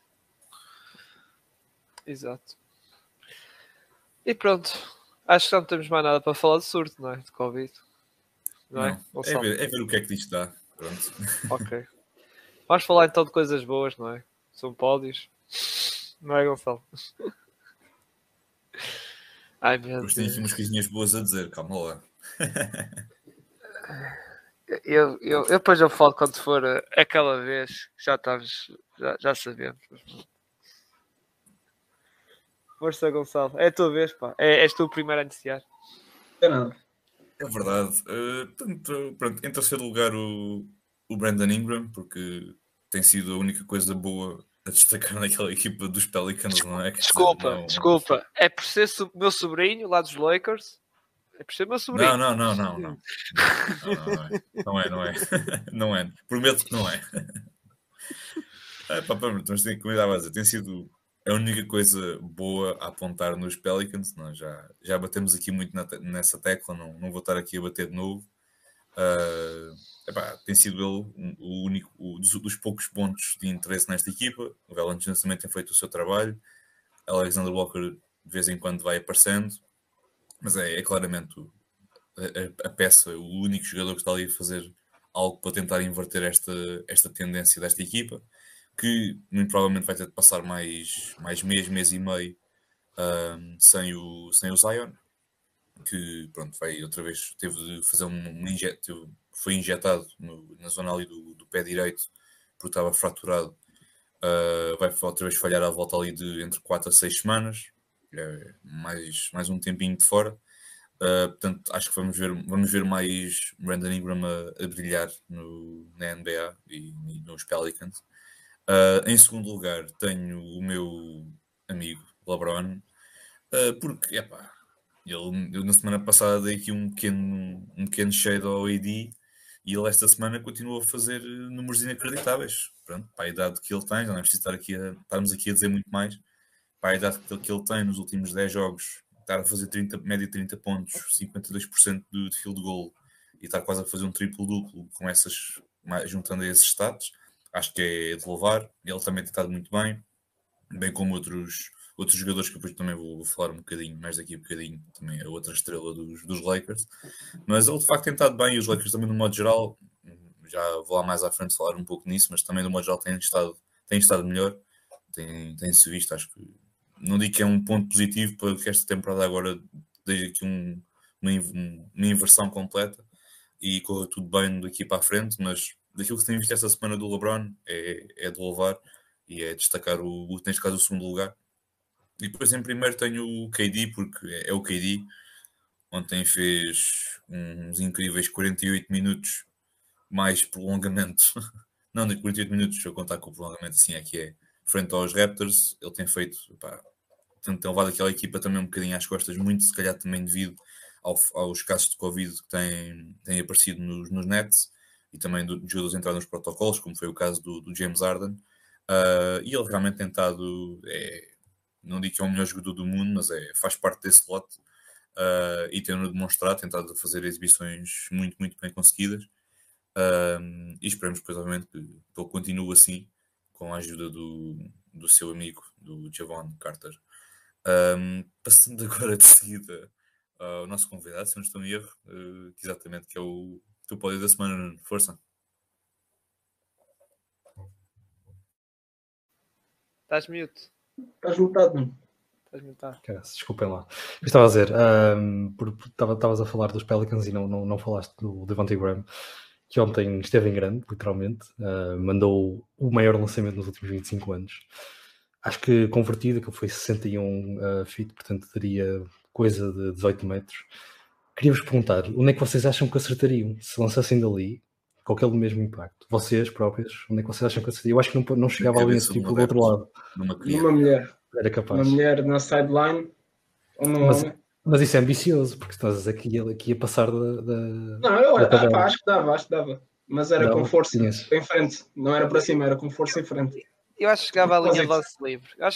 C: Exato. E pronto. Acho que não temos mais nada para falar de surto, não é? De Covid. Não é?
A: É ver o que é que isto dá. Pronto.
C: Ok. Vamos falar então de coisas boas, não é? São pódios. Não é, Gonçalo? Ai, meu Deus.
A: Depois tenho aqui umas coisinhas boas a dizer, calma lá.
C: Eu depois eu falo quando for aquela vez. Já sabemos. Força, Gonçalo. É a tua vez, pá. És tu o primeiro a iniciar.
B: É nada.
A: É verdade. Pronto, em terceiro lugar o Brandon Ingram, porque tem sido a única coisa boa a destacar naquela equipa dos Pelicans, não é?
C: Desculpa. É por ser meu sobrinho lá dos Lakers? É por ser meu sobrinho?
A: Não. Não é. Não é. Prometo que não é. Mas como eu estava a dizer, tem sido a única coisa boa a apontar nos Pelicans. Nós já batemos aqui muito nessa tecla, não vou estar aqui a bater de novo. Tem sido ele o único dos poucos pontos de interesse nesta equipa. O Valanciunas também tem feito o seu trabalho. Alexander Walker de vez em quando vai aparecendo. Mas é claramente a peça, o único jogador que está ali a fazer algo para tentar inverter esta tendência desta equipa, que muito provavelmente vai ter de passar mais mês e meio sem o Zion, que pronto, vai outra vez, teve de fazer foi injetado na zona ali do pé direito, porque estava fraturado. Vai outra vez falhar à volta ali de entre 4 a 6 semanas, mais um tempinho de fora. Portanto, acho que vamos ver mais Brandon Ingram a brilhar na NBA e nos Pelicans. Em segundo lugar, tenho o meu amigo LeBron, porque, eu na semana passada dei aqui um pequeno shade ao AD e ele esta semana continua a fazer números inacreditáveis. Pronto, para a idade que ele tem, já não é preciso estarmos aqui a dizer muito mais. Para a idade que ele tem nos últimos 10 jogos, estar a fazer média 30 pontos, 52% de field goal e estar quase a fazer um triplo-duplo com juntando a esses status, acho que é de louvar. Ele também tem estado muito bem como outros jogadores que depois também vou falar um bocadinho, mais daqui a bocadinho, também a outra estrela dos Lakers. Mas ele de facto tem estado bem, e os Lakers também no modo geral, já vou lá mais à frente falar um pouco nisso, mas também no modo geral têm estado melhor, tem-se visto, acho que não digo que é um ponto positivo para que esta temporada agora deixe aqui uma inversão completa e corra tudo bem daqui para a frente, mas daquilo que se tem visto esta semana do LeBron é de louvar e é destacar neste caso o segundo lugar. E depois em primeiro tenho o KD, porque é o KD. Ontem fez uns incríveis 48 minutos mais prolongamento. Não, de 48 minutos, se eu contar com o prolongamento, assim é que é. Frente aos Raptors, ele tem feito, tem levado aquela equipa também um bocadinho às costas, muito se calhar também devido aos casos de Covid que têm aparecido nos Nets e também de jogadores entrar nos protocolos, como foi o caso do James Harden. E ele realmente tem tentado, não digo que é o melhor jogador do mundo, mas faz parte desse lote e tem-no demonstrado, tentado fazer exibições muito, muito bem conseguidas. E esperamos, depois, obviamente, que ele continue assim, com a ajuda do seu amigo, do Javon Carter. Passando agora de seguida ao nosso convidado, se não estou em erro, que exatamente que é o teu pódio da semana. Força.
C: Estás mute.
B: Estás mutado, mano.
C: Estás mutado.
D: Desculpem lá. Eu estava a dizer, estavas a falar dos Pelicans e não falaste do Devontae Graham, que ontem esteve em grande, literalmente, mandou o maior lançamento nos últimos 25 anos. Acho que convertido, que foi 61 feet, portanto daria coisa de 18 metros. Queria-vos perguntar, onde é que vocês acham que acertariam se lançassem dali, com aquele mesmo impacto? Vocês próprios, onde é que vocês acham que acertariam? Eu acho que não chegava ali tipo do outro lado.
B: Numa mulher.
D: Era capaz.
B: Uma mulher na sideline ou num homem.
D: Mas isso é ambicioso, porque estás a dizer que ia passar da...
B: Não, eu acho que dava. Mas era com força em frente. Não era para cima, era com força em frente.
C: Eu acho que chegava à linha de lance livre. Vamos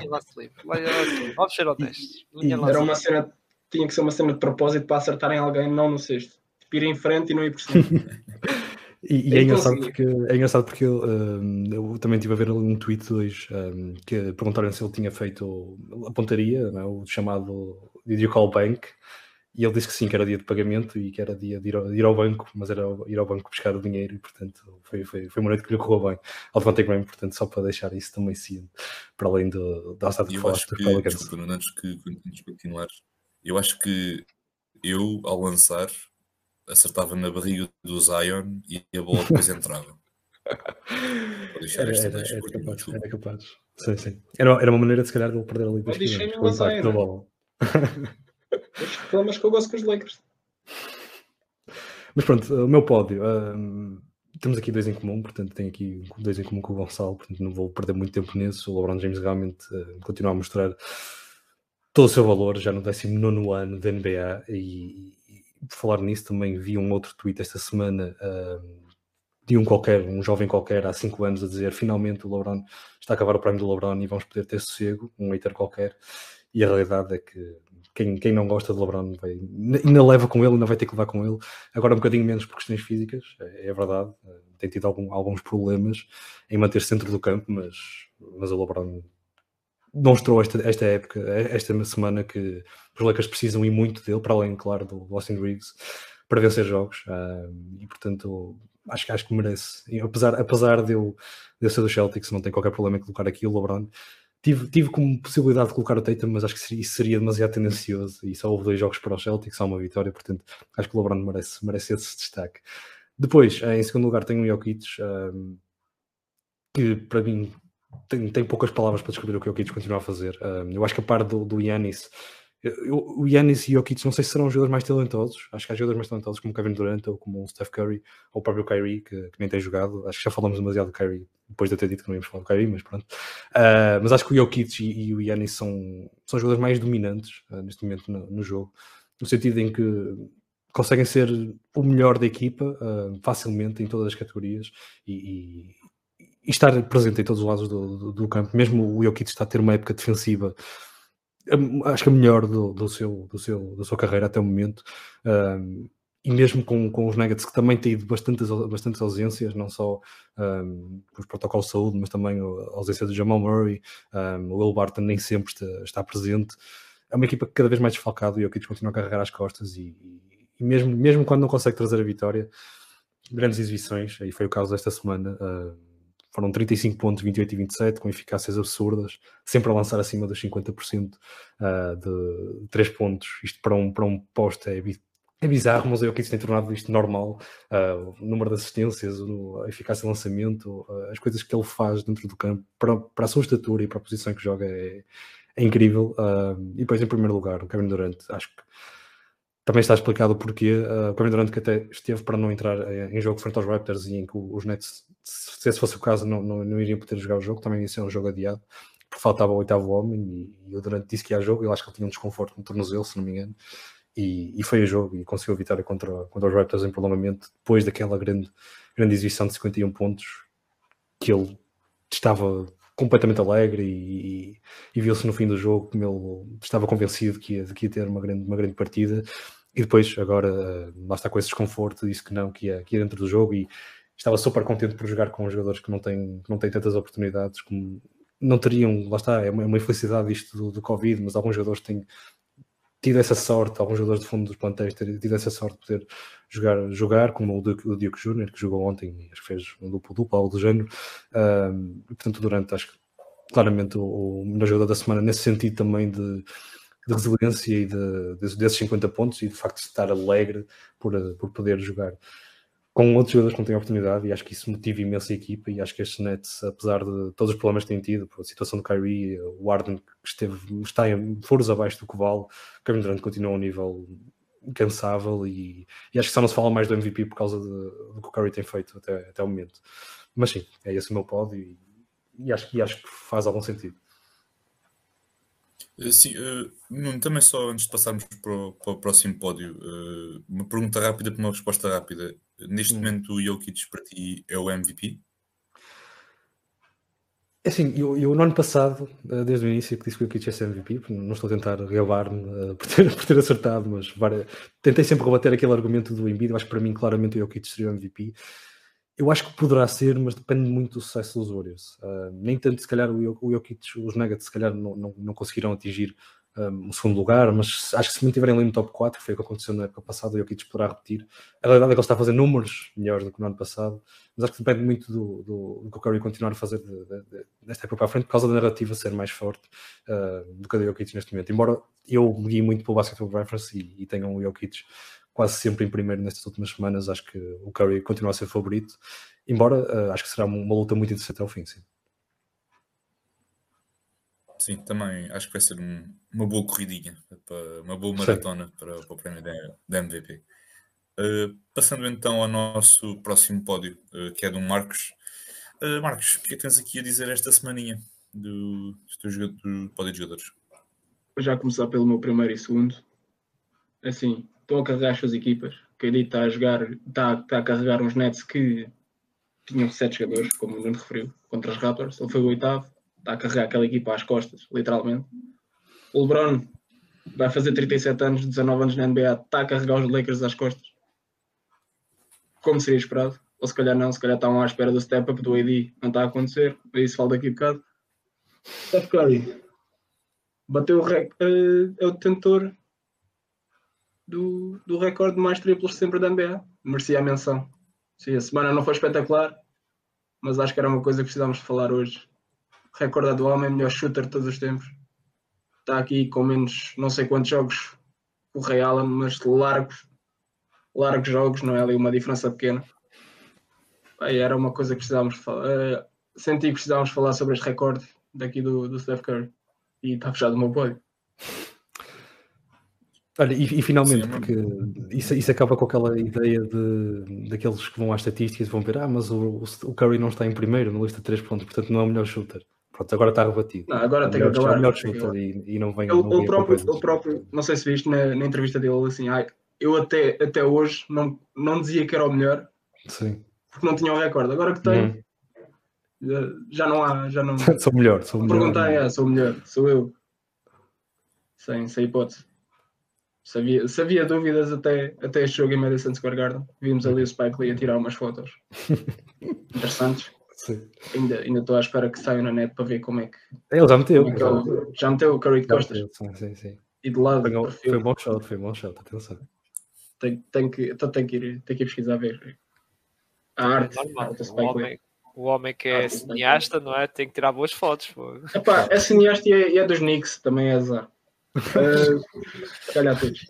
C: ser honestos.
B: Tinha que ser uma cena de propósito para acertarem alguém, não no cesto. Ir em frente e não ir por cima.
D: E é engraçado porque eu também estive a ver um tweet hoje que perguntaram se ele tinha feito a pontaria, não é? O chamado Did you call bank? E ele disse que sim, que era dia de pagamento e que era dia de ir ao banco, mas era ir ao banco buscar o dinheiro e, portanto, foi uma noite que lhe correu bem ao Devontae Graham, portanto, só para deixar isso também ciente, para além da estado de falar dos Pelicans.
A: Desculpa, antes de continuar, eu acho que eu, ao lançar, acertava na barriga do Zion e a bola depois entrava.
D: Era capaz. Sim. Era uma maneira de, se calhar, de ele perder ali 2 km com o impacto da bola.
B: Os problemas que eu gosto com os Lakers.
D: Mas pronto, o meu pódio. Temos aqui 2 em comum, portanto tenho aqui 2 em comum com o Gonçalo, portanto não vou perder muito tempo nisso. O LeBron James realmente continua a mostrar todo o seu valor, já no 19º ano da NBA, e por falar nisso também vi um outro tweet esta semana de um jovem qualquer há 5 anos a dizer finalmente o LeBron está a acabar o prime do LeBron e vamos poder ter sossego, um hater qualquer, e a realidade é que quem não gosta de LeBron ainda leva com ele, ainda vai ter que levar com ele, agora um bocadinho menos por questões físicas, é verdade, tem tido alguns problemas em manter-se dentro do campo, mas o LeBron demonstrou esta semana que os Lakers precisam ir muito dele, para além, claro, do Austin Reeves, para vencer jogos, e portanto acho que merece. E apesar de eu ser do Celtics, não tenho qualquer problema em colocar aqui o LeBron. Tive como possibilidade de colocar o Tatum, mas acho que isso seria demasiado tendencioso, e só houve 2 jogos para o Celtics, só uma vitória, portanto acho que o LeBron merece esse destaque. Depois, em segundo lugar, tenho o Jokic, que para mim tem poucas palavras para descrever o que o Jokic continua a fazer. Eu acho que a par do Giannis, o Giannis e o Jokic não sei se serão os jogadores mais talentosos. Acho que há jogadores mais talentosos como o Kevin Durant ou como o Steph Curry ou o próprio Kyrie, que nem tem jogado. Acho que já falamos demasiado do Kyrie depois de eu ter dito que não íamos falar do Kyrie, mas pronto. Mas acho que o Jokic e o Giannis são jogadores mais dominantes neste momento no jogo, no sentido em que conseguem ser o melhor da equipa facilmente em todas as categorias e estar presente em todos os lados do campo. Mesmo o Jokic está a ter uma época defensiva, acho que a melhor da sua carreira até o momento, e mesmo com os Nuggets, que também têm tido bastantes ausências, não só os protocolos de saúde, mas também a ausência do Jamal Murray, o Will Barton nem sempre está presente. É uma equipa que cada vez mais desfalcada, e o Jokic continua a carregar as costas, e mesmo quando não consegue trazer a vitória, grandes exibições, e foi o caso desta semana. Foram 35 pontos, 28 e 27, com eficácias absurdas, sempre a lançar acima dos 50% de 3 pontos. Isto para um poste é bizarro, mas o Jokic tem tornado isto normal. O número de assistências, a eficácia de lançamento, as coisas que ele faz dentro do campo, para a sua estatura e para a posição que joga, é incrível. E depois, em primeiro lugar, o Kevin Durant, acho que também está explicado o porquê. O Kevin Durant, que até esteve para não entrar em jogo frente aos Raptors, e em que os Nets, se esse fosse o caso, não iriam poder jogar o jogo. Também ia ser um jogo adiado, porque faltava o 8º homem, e o Durant disse que ia jogo. Eu acho que ele tinha um desconforto no tornozelo, se não me engano, e foi a jogo, e conseguiu a vitória contra os Raptors em prolongamento, depois daquela grande exibição de 51 pontos, que ele estava completamente alegre, e viu-se no fim do jogo como ele estava convencido que ia ter uma grande partida. E depois, agora, lá está com esse desconforto, disse que ia dentro do jogo, e estava super contente por jogar com jogadores que não têm tantas oportunidades, como não teriam. Lá está, é uma infelicidade isto do Covid, mas alguns jogadores têm tido essa sorte, alguns jogadores de fundo dos plantéis têm tido essa sorte de poder jogar, como o Duke Jr., que jogou ontem, e acho que fez um duplo, algo do género. Portanto, Durant, acho que claramente o melhor jogador da semana, nesse sentido também de resiliência e desses 50 pontos, e de facto de estar alegre por poder jogar com outros jogadores que não têm oportunidade, e acho que isso motiva imenso a equipa. E acho que estes Nets, apesar de todos os problemas que têm tido, a situação do Kyrie, o Harden que está em furos abaixo do que vale, Kevin Durant continua a um nível incansável, e acho que só não se fala mais do MVP por causa do que o Curry tem feito até o momento. Mas sim, é esse o meu pódio, e acho que faz algum sentido.
A: Sim, Nuno, também só antes de passarmos para o próximo pódio, uma pergunta rápida para uma resposta rápida. Neste momento o Jokic para ti é o MVP?
D: É assim, eu no ano passado, desde o início, que disse que o Jokic ia ser MVP, não estou a tentar gabar-me por ter acertado, mas tentei sempre rebater aquele argumento do Embiid. Eu acho que para mim claramente o Jokic seria o MVP. Eu acho que poderá ser, mas depende muito do sucesso dos Warriors. Nem tanto, se calhar, o Jokic, os Nuggets, se calhar, não conseguirão atingir o segundo lugar, mas acho que se mantiverem ali no top 4, que foi o que aconteceu na época passada, o Jokic poderá repetir. A realidade é que ele está a fazer números melhores do que no ano passado, mas acho que depende muito do que o Curry continuar a fazer desta época para a frente, por causa da narrativa ser mais forte do que a do Jokic neste momento. Embora eu me guie muito pelo Basketball Reference e tenham o Jokic quase sempre em primeiro nestas últimas semanas, acho que o Curry continua a ser favorito, embora acho que será uma luta muito interessante ao fim, sim.
A: Sim, também acho que vai ser uma boa corridinha, uma boa maratona para o prémio da MVP. Passando então ao nosso próximo pódio, que é do Marcos. Marcos, o que é que tens aqui a dizer esta semaninha do pódio de jogadores?
B: Vou já começar pelo meu primeiro e segundo. Assim, estão a carregar as suas equipas. O KD está a carregar uns Nets que tinham 7 jogadores, como o Nuno referiu, contra os Raptors. Ele foi o 8º, está a carregar aquela equipa às costas, literalmente. O LeBron vai fazer 37 anos, 19 anos na NBA, está a carregar os Lakers às costas. Como seria esperado. Ou se calhar não, se calhar estão à espera do step-up do AD. Não está a acontecer, isso fala daqui a bocado. Steph Curry bateu o recorde, é o detentor do recorde de mais triplos sempre da NBA. Merecia a menção. Sim, a semana não foi espetacular, mas acho que era uma coisa que precisávamos de falar hoje. Recorde do homem, melhor shooter de todos os tempos. Está aqui com menos não sei quantos jogos o Ray Allen, mas largos jogos, não é ali uma diferença pequena. Aí era uma coisa que precisávamos falar. Senti que precisávamos falar sobre este recorde daqui do Steph Curry. E está fechado o meu pódio.
D: Olha, e finalmente,
A: Sim,
D: porque isso acaba com aquela ideia daqueles que vão às estatísticas e vão ver, mas o Curry não está em primeiro na lista de 3 pontos, portanto não é o melhor shooter. Pronto, agora está rebatido.
B: Não, agora tem que acabar.
D: É o melhor shooter e não vem.
B: Ele próprio, não sei se viste na entrevista dele, assim, eu até hoje não dizia que era o melhor.
D: Sim.
B: Porque não tinha o recorde. Agora que tem, já não há. Já não...
D: Sou melhor.
B: Perguntarem, sou o melhor, sou eu. Sem hipótese. Se havia dúvidas até este jogo em Madison Square Garden, vimos ali o Spike Lee a tirar umas fotos interessantes.
D: Sim.
B: Ainda estou à espera que saiam na net para ver como é que.
D: Ele já meteu.
B: Já meteu o Curry de costas.
D: Sim.
B: E de lado.
D: Foi bom shot, atenção.
B: Tenho que ir pesquisar ver. A arte.
C: O homem que é cineasta, não é? Tem que tirar boas fotos.
B: Epá, é cineasta e é dos Knicks, também é azar. Calhar todos.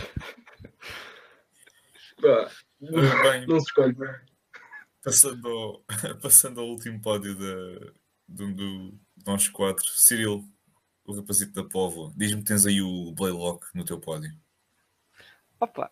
A: Bem,
B: não se escolhe.
A: Passando ao último pódio do nós 4, Cyril, o rapazito da Póvoa, diz-me que tens aí o Blaylock no teu pódio.
C: Opa,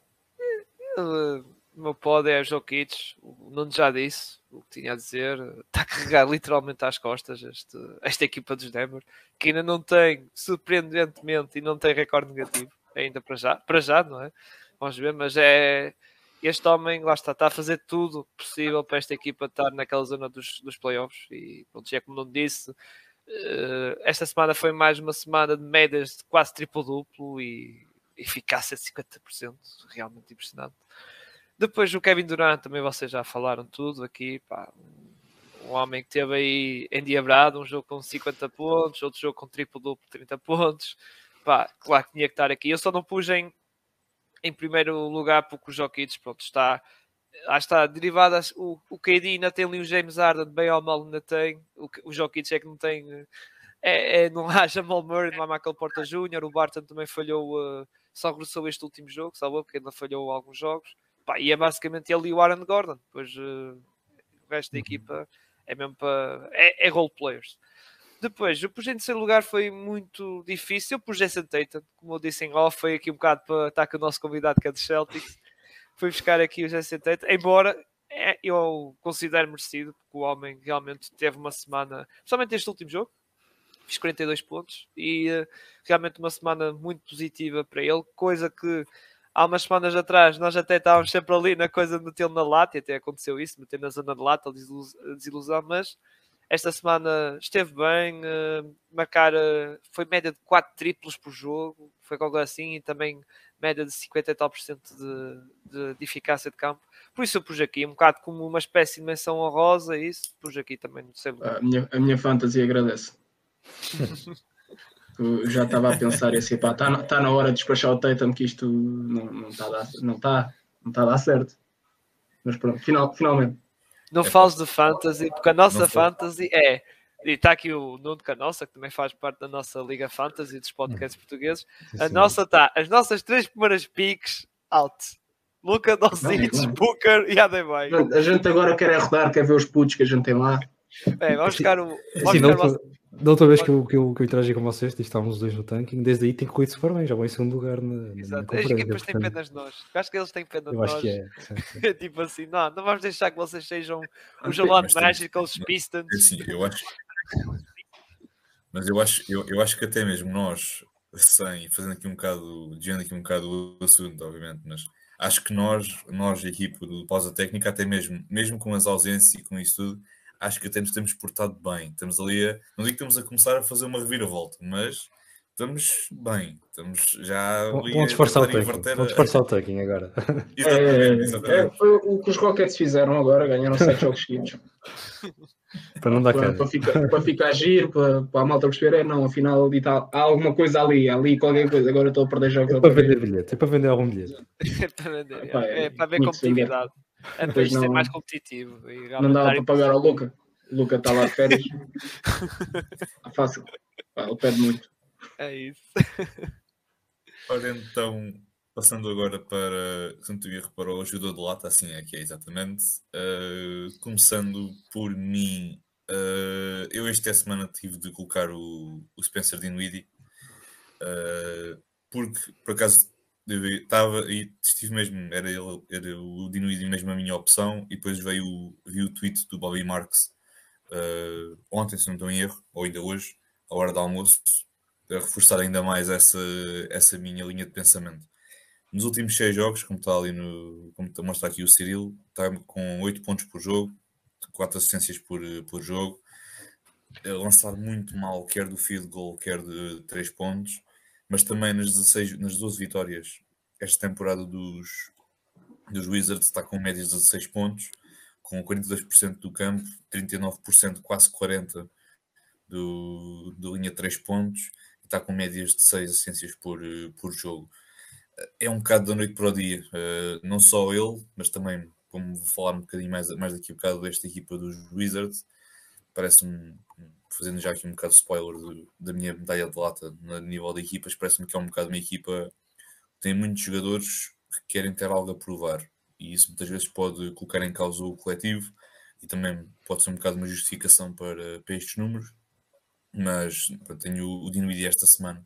C: o meu pódio é o Jokic, o Nuno já disse o que tinha a dizer, está a carregar literalmente às costas esta equipa dos Denver, que ainda não tem, surpreendentemente, e não tem recorde negativo, ainda para já, não é? Vamos ver, mas este homem, lá está a fazer tudo possível para esta equipa estar naquela zona dos playoffs, e pronto, já como não disse, esta semana foi mais uma semana de médias de quase triplo-duplo e eficácia de 50%, realmente impressionante. Depois o Kevin Durant, também vocês já falaram tudo aqui, pá, um homem que teve aí endiabrado, um jogo com 50 pontos, outro jogo com triplo-duplo, 30 pontos, pá, claro que tinha que estar aqui. Eu só não pus em primeiro lugar porque o Jokic, pronto, está derivado, o KD ainda tem ali o James Harden, bem ou mal ainda tem, o Jokic é que não tem, não há Jamal Murray, não há Michael Porter Jr., o Barton também falhou, só regressou este último jogo, salvo porque ainda falhou alguns jogos. Pá, e é basicamente ele e o Aaron Gordon. Depois o resto da equipa é mesmo para. É role players. Depois, eu pus em terceiro lugar, foi muito difícil. Eu pus Jason Tatum, como eu disse em off, foi aqui um bocado para estar com o nosso convidado que é do Celtics. Fui buscar aqui o Jason Tatum, embora eu considero merecido, porque o homem realmente teve uma semana, principalmente este último jogo, fiz 42 pontos e realmente uma semana muito positiva para ele, coisa que há umas semanas atrás nós até estávamos sempre ali na coisa de metê-lo na lata, e até aconteceu isso, meter na zona de lata, desilusão, mas esta semana esteve bem, foi média de 4 triplos por jogo, foi algo assim, e também média de 50 e tal % de eficácia de campo. Por isso eu pus aqui, um bocado como uma espécie de menção honrosa, isso, pus aqui também no terceiro lugar.
B: A minha fantasy agradece. Eu já estava a pensar assim, pá, está na hora de despachar o Tatum, que isto não está a dar certo. Mas pronto, finalmente.
C: Não fales de fantasy, porque a nossa fantasy e está aqui o Nuno Canossa, que também faz parte da nossa Liga Fantasy dos podcasts portugueses. Nossa está, as nossas 3 primeiras picks out. Luka Doncic, Booker e Adebayo.
B: A gente agora quer rodar, quer ver os putos que a gente tem lá.
C: Vamos buscar o...
D: Da outra vez que eu interagi com vocês, estávamos os dois no tanking, desde aí tem corrido super bem, já vou em segundo lugar na
C: conferência. As equipas têm pena de nós. Eu acho que eles têm pena de nós.
D: Eu acho que é.
C: Tipo assim, não vamos deixar que vocês sejam os Orlando Magic, os Pistons.
A: Assim, eu acho... Mas eu acho que até mesmo nós, fazendo aqui um bocado, desviando aqui um bocado o assunto, obviamente, mas acho que nós a equipa do Pausa Técnica, até mesmo com as ausências e com isso tudo, acho que até nos temos portado bem. Estamos ali não digo que estamos a começar a fazer uma reviravolta, mas estamos bem. Estamos já ali
D: vamos disfarçar o tanking agora.
A: Exatamente.
B: Foi o que os Rockets fizeram agora, ganharam 7 jogos seguidos.
D: Para não dar cara.
B: Para ficar giro, para a malta perceber, não, afinal ali há alguma coisa ali qualquer coisa, agora estou a perder jogos.
D: É para vender bilhete, é para vender algum bilhete.
C: É para vender,
B: Pá,
C: é para ver
B: muito
C: competitividade. É para
B: Pois
C: isto ser
B: não-
C: mais competitivo. E
B: Não dava
C: realmente
B: para pagar ao Luca. O Luca está lá de férias. Fácil. Pá, ele pede muito.
C: É isso.
A: Ora então, passando agora para, como tu reparou, o jogador de lata, assim é que é exatamente. Começando por mim, eu esta semana tive de colocar o Spencer Dinwiddie, porque por acaso estava e estive mesmo, era o Dinwiddie mesmo a minha opção, e depois vi o tweet do Bobby Marks ontem, se não estou em erro, ou ainda hoje, à hora do almoço, a reforçar ainda mais essa minha linha de pensamento. Nos últimos 6 jogos, como está ali como mostra aqui o Cirilo, está com 8 pontos por jogo, 4 assistências por jogo, a lançar muito mal, quer do field goal, quer de 3 pontos, mas também nas 12 vitórias esta temporada dos Wizards está com médias de 16 pontos, com 42% do campo, 39%, quase 40% do linha de 3 pontos, e está com médias de 6 assistências por jogo. É um bocado da noite para o dia, não só ele, mas também, como vou falar um bocadinho mais daqui a bocado desta equipa dos Wizards, parece-me, fazendo já aqui um bocado de spoiler da minha medalha de lata no nível de equipas, parece-me que é um bocado uma equipa que tem muitos jogadores que querem ter algo a provar, e isso muitas vezes pode colocar em causa o coletivo, e também pode ser um bocado uma justificação para estes números. Mas tenho o Dinwiddie esta semana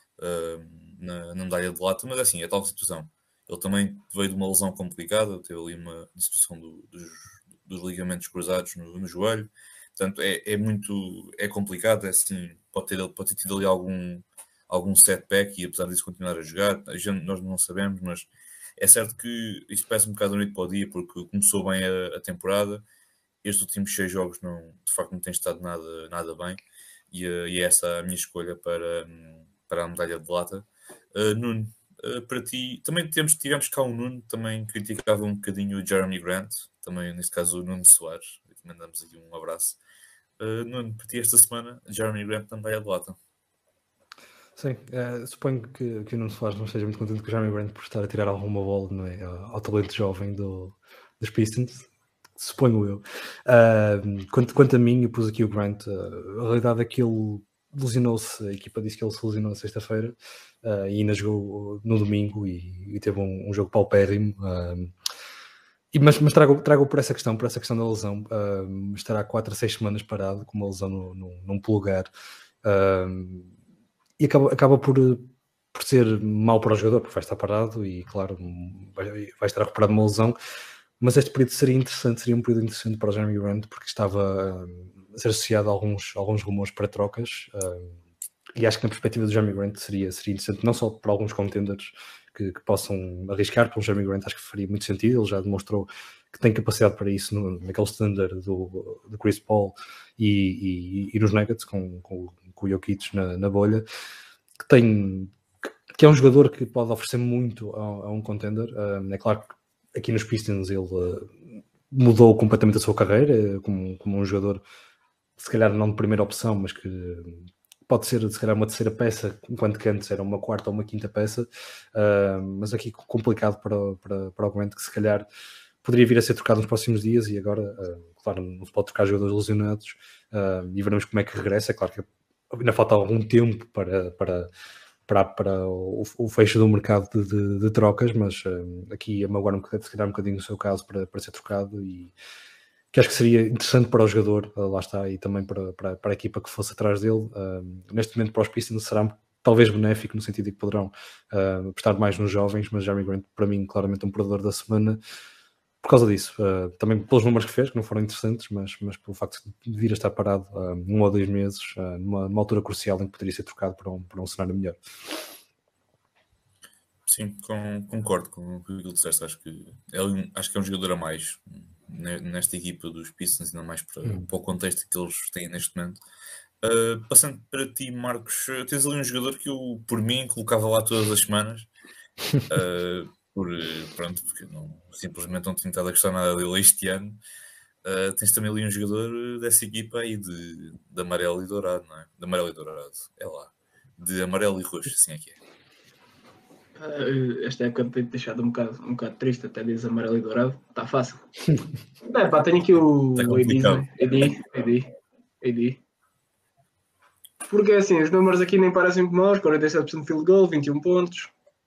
A: na medalha de lata, mas assim, é tal situação. Ele também veio de uma lesão complicada, teve ali uma situação dos ligamentos cruzados no joelho, portanto é complicado, é assim, pode ter tido ali algum setback, e apesar disso continuar a jogar, nós não sabemos, mas é certo que isto parece um bocado da noite para o dia, porque começou bem a temporada, estes últimos 6 jogos de facto não tem estado nada bem, e é essa a minha escolha para a medalha de lata. Nuno, para ti, também tivemos cá um Nuno, também criticava um bocadinho o Jeremy Grant, também neste caso o Nuno Soares, mandamos aqui um abraço. Nuno, para ti esta semana, Jeremy Grant na medalha de lata.
D: Sim, suponho que o Nuno Soares não esteja muito contente com o Jeremy Grant por estar a tirar alguma bola, não é, ao talento jovem dos Pistons, suponho eu. Quanto a mim, eu pus aqui o Grant. A realidade é que ele lesionou-se, a equipa disse que ele se lesionou na sexta-feira e ainda jogou no domingo e teve um jogo paupérrimo. Mas trago por essa questão da lesão. Estará 4 a 6 semanas parado com uma lesão num polegar. E acaba por ser mau para o jogador, porque vai estar parado e, claro, vai estar recuperado de uma lesão. Mas este período seria um período interessante para o Jeremy Grant, porque estava a ser associado a alguns rumores para trocas, e acho que na perspectiva do Jeremy Grant seria interessante, não só para alguns contenders que possam arriscar pelo Jeremy Grant, acho que faria muito sentido, ele já demonstrou que tem capacidade para isso naquele standard do Chris Paul e nos Nuggets, com o Jokic na bolha, que é um jogador que pode oferecer muito a um contender. É claro que aqui nos Pistons ele mudou completamente a sua carreira como um jogador, se calhar não de primeira opção, mas que pode ser se calhar uma terceira peça, enquanto que antes era uma quarta ou uma quinta peça, mas aqui complicado para o Grant, que se calhar poderia vir a ser trocado nos próximos dias, e agora, claro, não se pode trocar jogadores lesionados, e veremos como é que regressa. É claro que ainda falta algum tempo para o fecho do mercado de trocas, mas aqui agora se calhar um bocadinho o seu caso para ser trocado, e que acho que seria interessante para o jogador, lá está, e também para a equipa que fosse atrás dele. Neste momento para os Pistons será talvez benéfico, no sentido de que poderão apostar mais nos jovens, mas Jeremy Grant, para mim, claramente um perdedor da semana, por causa disso. Também pelos números que fez, que não foram interessantes, mas pelo facto de vir a estar parado 1 ou 2 meses, numa altura crucial em que poderia ser trocado para um cenário melhor.
A: Sim, concordo com o que tu disseste. Acho que é um jogador a mais nesta equipa dos Pistons, ainda mais para o contexto que eles têm neste momento. Passando para ti, Marcos, tens ali um jogador que eu, por mim, colocava lá todas as semanas, porque simplesmente não tenho estado a gostar nada dele este ano, tens também ali um jogador dessa equipa aí de amarelo e dourado, não é? De amarelo e dourado, é lá. De amarelo e roxo, assim é que é.
B: Esta época tem deixado um bocado triste, até diz amarelo e dourado. Está fácil. Tenho aqui o
A: Tá
B: AD,
A: complicado.
B: né? AD. Porque assim, os números aqui nem parecem muito maus. 47% de field goal, 21 pontos.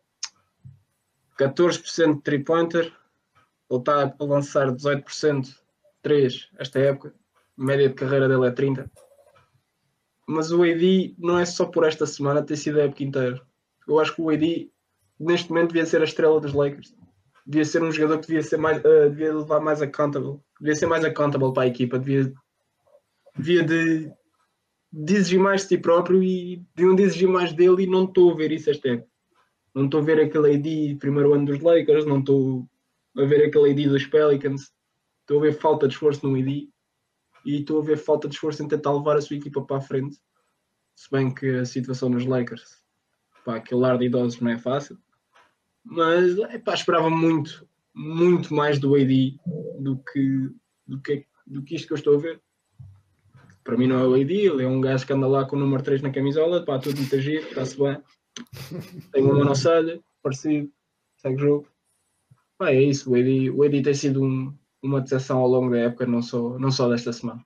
B: 14% de 3-pointer. Ele está a lançar 18% de 3 esta época. A média de carreira dele é 30. Mas o AD não é só por esta semana, tem sido a época inteira. Eu acho que o AD neste momento devia ser a estrela dos Lakers. Devia ser um jogador que devia levar mais accountable. Devia ser mais accountable para a equipa. Devia de exigir mais de si próprio e deviam de exigir mais dele, e não estou a ver isso esta época. Não estou a ver aquele AD primeiro ano dos Lakers, não estou a ver aquele AD dos Pelicans. Estou a ver falta de esforço no AD e estou a ver falta de esforço em tentar levar a sua equipa para a frente. Se bem que a situação nos Lakers, aquele ar de idosos não é fácil. Mas esperava muito mais do AD do que isto que eu estou a ver. Para mim não é o AD, ele é um gajo que anda lá com o número 3 na camisola, tudo muito giro, está-se bem. Tem uma monocelha, parecido, segue o jogo. É isso, o AD tem sido uma decepção ao longo da época, não só desta semana.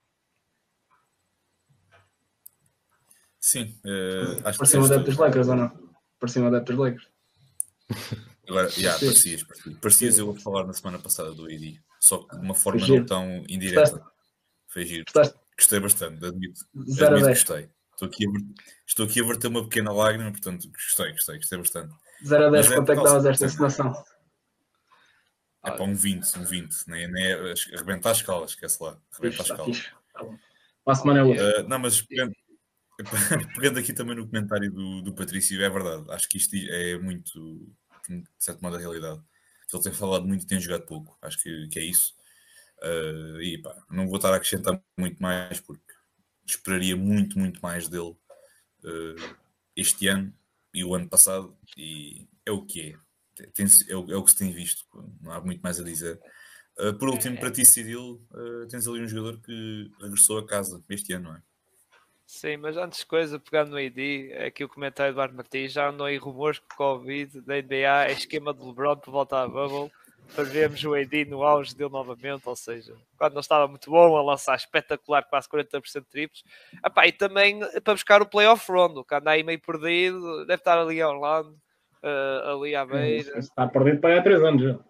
A: Sim, acho que
B: parecia um adepto dos Lakers ou não? Parecia um adepto dos Lakers.
A: Agora, parecias eu vou falar na semana passada do AD, só que de uma forma não tão indireta. Foi giro. Gostei bastante, admito que gostei. Estou aqui a verter uma pequena lágrima, portanto gostei bastante.
B: 0 a 10, quanto é que davas esta encenação?
A: É para um 20, nem é arrebentar a escala, esquece lá. Arrebenta a escala.
B: Tá bom. Para a semana é outra.
A: Não, mas pegando aqui também no comentário do Patrício, é verdade, acho que isto é muito, de certo modo, a realidade. Ele tem falado muito e tem jogado pouco, acho que é isso. E não vou estar a acrescentar muito mais, porque esperaria muito mais dele este ano e o ano passado, e é o que é. É o que se tem visto, não há muito mais a dizer. Por último, para ti, Cidil, tens ali um jogador que regressou a casa este ano, não é?
C: Sim, mas antes de coisa, pegando no AD, aqui o comentário do Eduardo Martins, já andou aí rumores que o Covid da NBA é esquema de LeBron para voltar à bubble, para vermos o AD no auge dele novamente, ou seja, quando não estava muito bom, a lançar espetacular, quase 40% de triplos. E também para buscar o playoff round, que anda aí meio perdido, deve estar ali a Orlando, ali à beira.
B: Está perdido para aí há 3 anos já.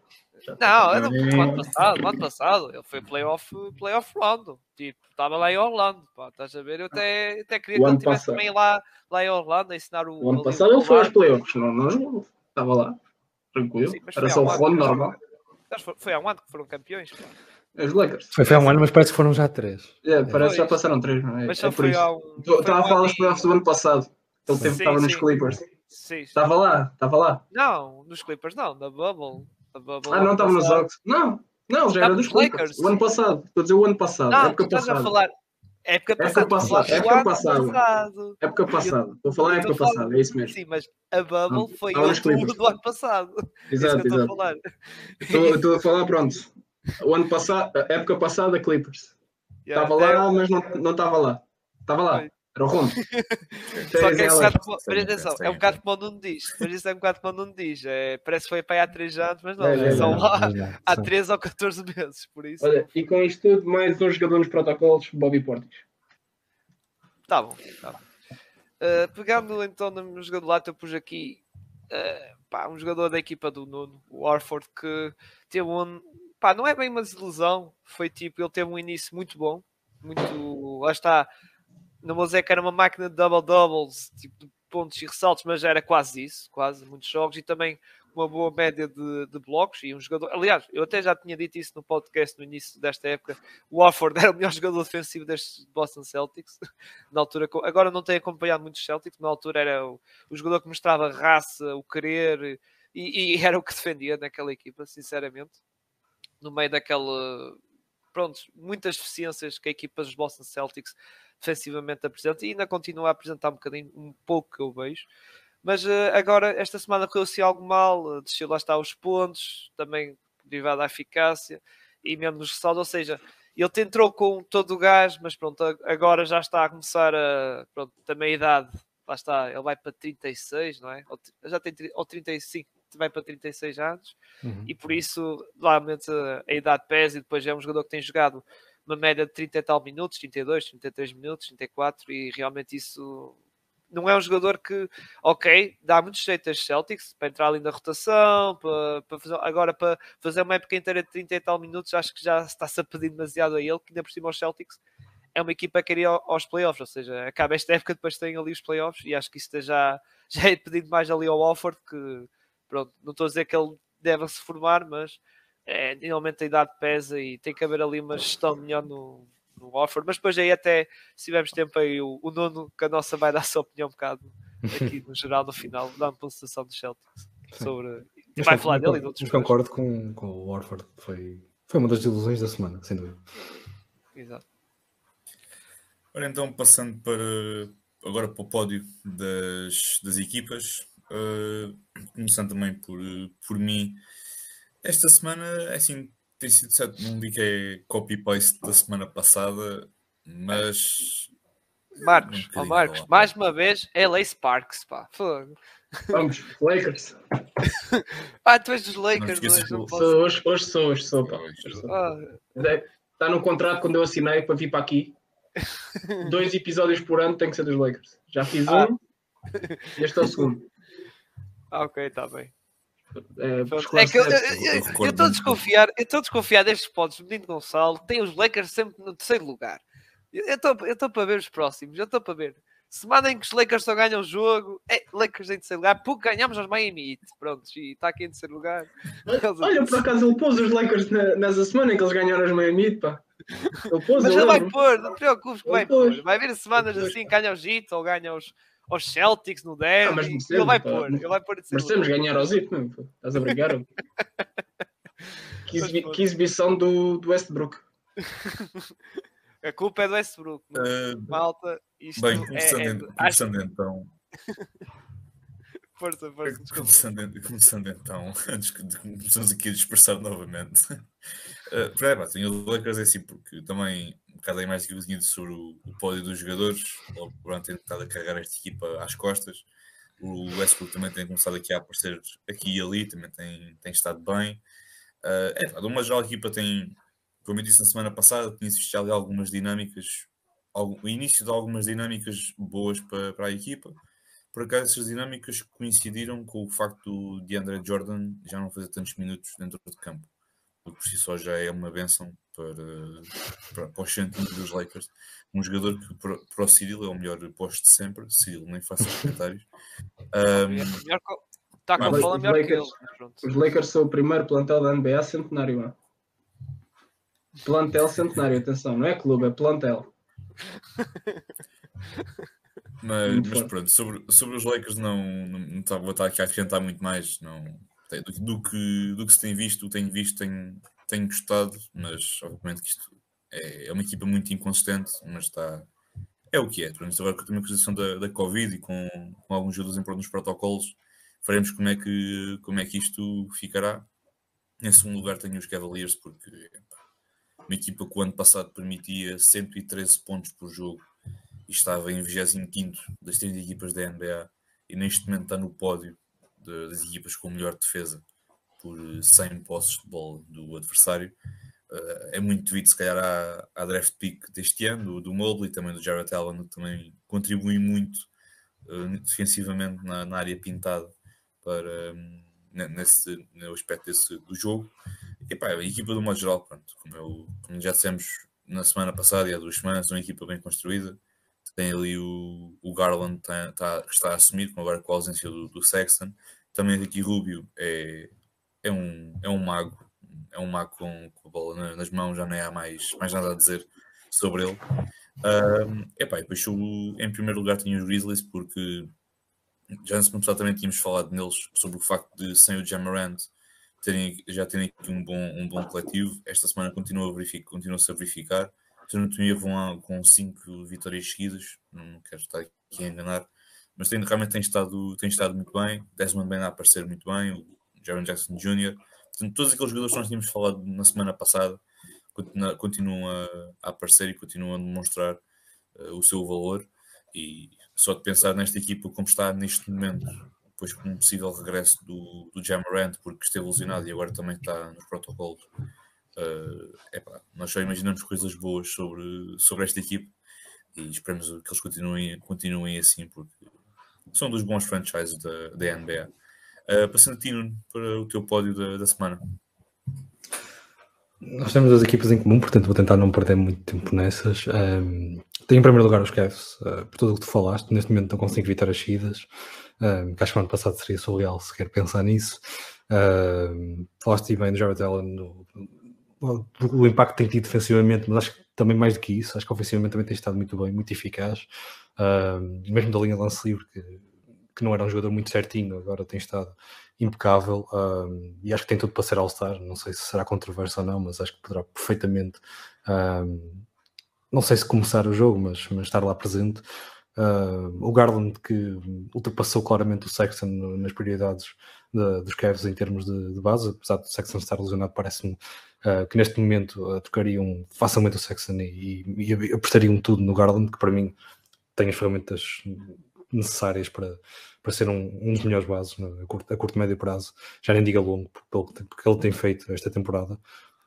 C: No ano passado ele foi playoff round, tipo, estava lá em Orlando, estás a ver? Eu até queria que ele estivesse também lá em Orlando a ensinar o
B: ano passado ele foi aos playoffs, não jogou, estava lá, tranquilo. Sim, era só o round normal.
C: Foi há um ano que foram campeões.
B: Os Lakers.
D: Foi há um ano, mas parece que foram já 3.
B: Parece que já passaram 3, não é?
C: Mas só foi há um.
B: Estava a falar dos playoffs do ano passado. Ele estava nos Clippers.
C: Sim.
B: Estava lá.
C: Não, nos Clippers não, na Bubble.
B: Não estava nos Hawks. Não, já era dos Clippers. O ano passado. Estou a dizer o ano passado.
C: Não,
B: época passada.
C: A falar... Época passada.
B: Época passada. Estou a falar época passada, é isso mesmo.
C: Sim, mas a Bubble foi em outubro do ano passado.
B: Exato. Estou a falar, pronto. O ano passado, época passada, Clippers. Estava lá, mas não estava lá. Estava lá. Era o Rondo.
C: Só que é um bocado como o Nuno diz. Mas isso é um bocado como o Nuno diz. Parece que foi para aí há 3 anos, mas não. São lá há 13 ou 14 meses. Por isso.
B: Olha, e com isto tudo, mais um jogador nos protocolos, Bobby Portis.
C: Tá bom. Pegando então no jogador lá, eu pus aqui um jogador da equipa do Nuno, o Horford, que teve não é bem uma desilusão. Foi tipo, ele teve um início muito bom. Lá está. Não vou dizer que era uma máquina de double-doubles, tipo de pontos e ressaltos, mas era quase isso, muitos jogos, e também uma boa média de blocos, e um jogador, aliás, eu até já tinha dito isso no podcast no início desta época, o Horford era o melhor jogador defensivo destes Boston Celtics, na altura, agora não tenho acompanhado muitos Celtics, na altura era o jogador que mostrava raça, o querer, e era o que defendia naquela equipa, sinceramente, no meio daquela, muitas deficiências que a equipa dos Boston Celtics defensivamente apresenta, e ainda continua a apresentar um pouco que eu vejo, mas agora esta semana correu-se algo mal, desceu lá está os pontos, também derivado à eficácia e mesmo nos ressaltos, ou seja, Ele entrou com todo o gás, mas pronto, agora já está a começar pronto, também a idade, lá está, ele vai para 36, não é? Já tem, ou 35, vai para 36 anos, e por isso, realmente, a idade pesa, e depois é um jogador que tem jogado uma média de 30 e tal minutos, 32, 33 minutos, 34, e realmente isso não é um jogador que, ok, dá muito jeito às Celtics para entrar ali na rotação, para fazer, agora para fazer uma época inteira de 30 e tal minutos, acho que já está-se a pedir demasiado a ele, que ainda por cima os Celtics é uma equipa que quer ir aos playoffs, ou seja, acaba esta época, depois tem ali os playoffs, e acho que isso já é pedido mais ali ao Alford, que pronto, não estou a dizer que ele deve se formar, mas normalmente a idade pesa e tem que haver ali uma gestão melhor no Alford, mas depois aí até, se tivermos tempo aí, o Nuno, que a nossa vai dar a sua opinião um bocado aqui no geral, no final, dá uma pulsação dos Celtics sobre... Vai falar dele e de outros.
D: Concordo com o Horford, foi uma das ilusões da semana, sem dúvida.
C: Exato.
A: Ora, então, passando agora para o pódio das equipas, começando também por mim, esta semana, assim, tem sido certo, não digo que é copy-paste da semana passada, mas...
C: Marcos, mais uma vez, LA Sparks, pá, fogo.
B: Vamos, Lakers.
C: Tu és dos Lakers,
B: não posso... Hoje sou, pá. Está no contrato quando eu assinei para vir para aqui. 2 episódios por ano tem que ser dos Lakers. Já fiz um, este é o segundo.
C: Ok, está bem.
B: É
C: que eu estou a desconfiar destes pods. O menino Gonçalo tem os Lakers sempre no terceiro lugar. Eu estou para ver os próximos. Eu estou para ver. Semana em que os Lakers só ganham o jogo, Lakers em terceiro lugar, porque ganhamos aos Miami Heat. Pronto, e está aqui em terceiro lugar.
B: Olha, por acaso ele pôs os Lakers nessa semana em que eles ganharam os Miami Heat, pá.
C: Mas ele vai pôr, não te preocupes que vai pôr. Vai haver semanas assim, ganha os Heat ou ganha os Celtics no derby. Ele vai pôr.
B: Merecemos ganhar aos Heat, não? Estás a brincar? Que exibição do Westbrook.
C: A culpa é do Westbrook. Malta, isto
A: bem, começando então.
C: Força,
A: Começando então, antes que começamos aqui a dispersar novamente. Tenho o Lakers assim, porque também um bocado aí mais que eu tinha sobre o pódio dos jogadores, o LeBron tem estado a carregar esta equipa às costas, o Westbrook também tem começado aqui a aparecer aqui e ali, também tem estado bem. De uma geral, a equipa tem, como eu disse na semana passada, tinha existido ali algumas dinâmicas, o início de algumas dinâmicas boas para a equipa. Por acaso, essas dinâmicas coincidiram com o facto de Andre Jordan já não fazer tantos minutos dentro de campo, o que por si só já é uma benção para os centros dos Lakers. Um jogador que para o Cyril é o melhor posto de sempre. Cyril, nem faço comentários.
C: Está com a bola melhor que ele.
B: Os Lakers são o primeiro plantel da NBA centenário. Não? Plantel centenário, atenção, não é clube, é plantel.
A: Mas pronto, sobre os Lakers não vou estar aqui a acrescentar muito mais. Do que se tem visto, tenho gostado, mas obviamente que isto é uma equipa muito inconsistente, mas é o que é. Portanto, agora com a aquisição da Covid e com alguns jogadores nos protocolos, faremos como é que isto ficará. Em segundo lugar tenho os Cavaliers, porque uma equipa que o ano passado permitia 113 pontos por jogo e estava em 25º das 30 equipas da NBA e neste momento está no pódio das equipas com melhor defesa por 100 posses de bola do adversário. É muito devido se calhar à draft pick deste ano, do Mobley, também do Jarrett Allen, que também contribui muito defensivamente na área pintada no aspecto do jogo. E a equipa do modo geral, pronto, como já dissemos na semana passada e há 2 semanas, uma equipa bem construída. Tem ali o Garland que está a assumir, agora com a ausência do Sexton. Também aqui Rubio é um mago. É um mago com a bola nas mãos, já nem há mais nada a dizer sobre ele. Depois em primeiro lugar tinha os Grizzlies, porque já na semana passada também tínhamos falado neles sobre o facto de sem o Ja Morant já terem aqui um bom coletivo. Esta semana continua-se a verificar. Se não me engano, vão com 5 vitórias seguidas, não quero estar aqui a enganar, mas realmente tem estado muito bem. Desmond Bane a aparecer muito bem, o Jaren Jackson Jr. Portanto, todos aqueles jogadores que nós tínhamos falado na semana passada continuam a aparecer e continuam a demonstrar o seu valor, e só de pensar nesta equipa como está neste momento, depois com um possível regresso do Ja Morant, porque esteve lesionado e agora também está nos protocolos, nós só imaginamos coisas boas sobre esta equipa, e esperamos que eles continuem assim, porque são dos bons franchises da NBA. Passando a ti, Nuno, para o teu pódio da semana.
D: Nós temos duas equipas em comum, portanto vou tentar não perder muito tempo nessas. Tenho em primeiro lugar os Cavs, por tudo o que tu falaste. Neste momento estão com 5 vitórias seguidas, que acho que o ano passado seria surreal se quer pensar nisso. Falaste bem do Jarrett Allen, do impacto que tem tido defensivamente, mas acho que também mais do que isso, acho que ofensivamente também tem estado muito bem, muito eficaz. Mesmo da linha de lance livre, que não era um jogador muito certinho, agora tem estado impecável, e acho que tem tudo para ser All-Star. Não sei se será controverso ou não, mas acho que poderá perfeitamente, não sei se começar o jogo, mas estar lá presente. O Garland, que ultrapassou claramente o Sexton nas prioridades dos Cavs em termos de base, apesar do Sexton estar lesionado, parece-me que neste momento trocariam facilmente o Sexton e apostariam tudo no Garland, que para mim tem as ferramentas necessárias para ser um dos melhores bases a curto e médio prazo, já nem diga longo, porque ele tem feito esta temporada.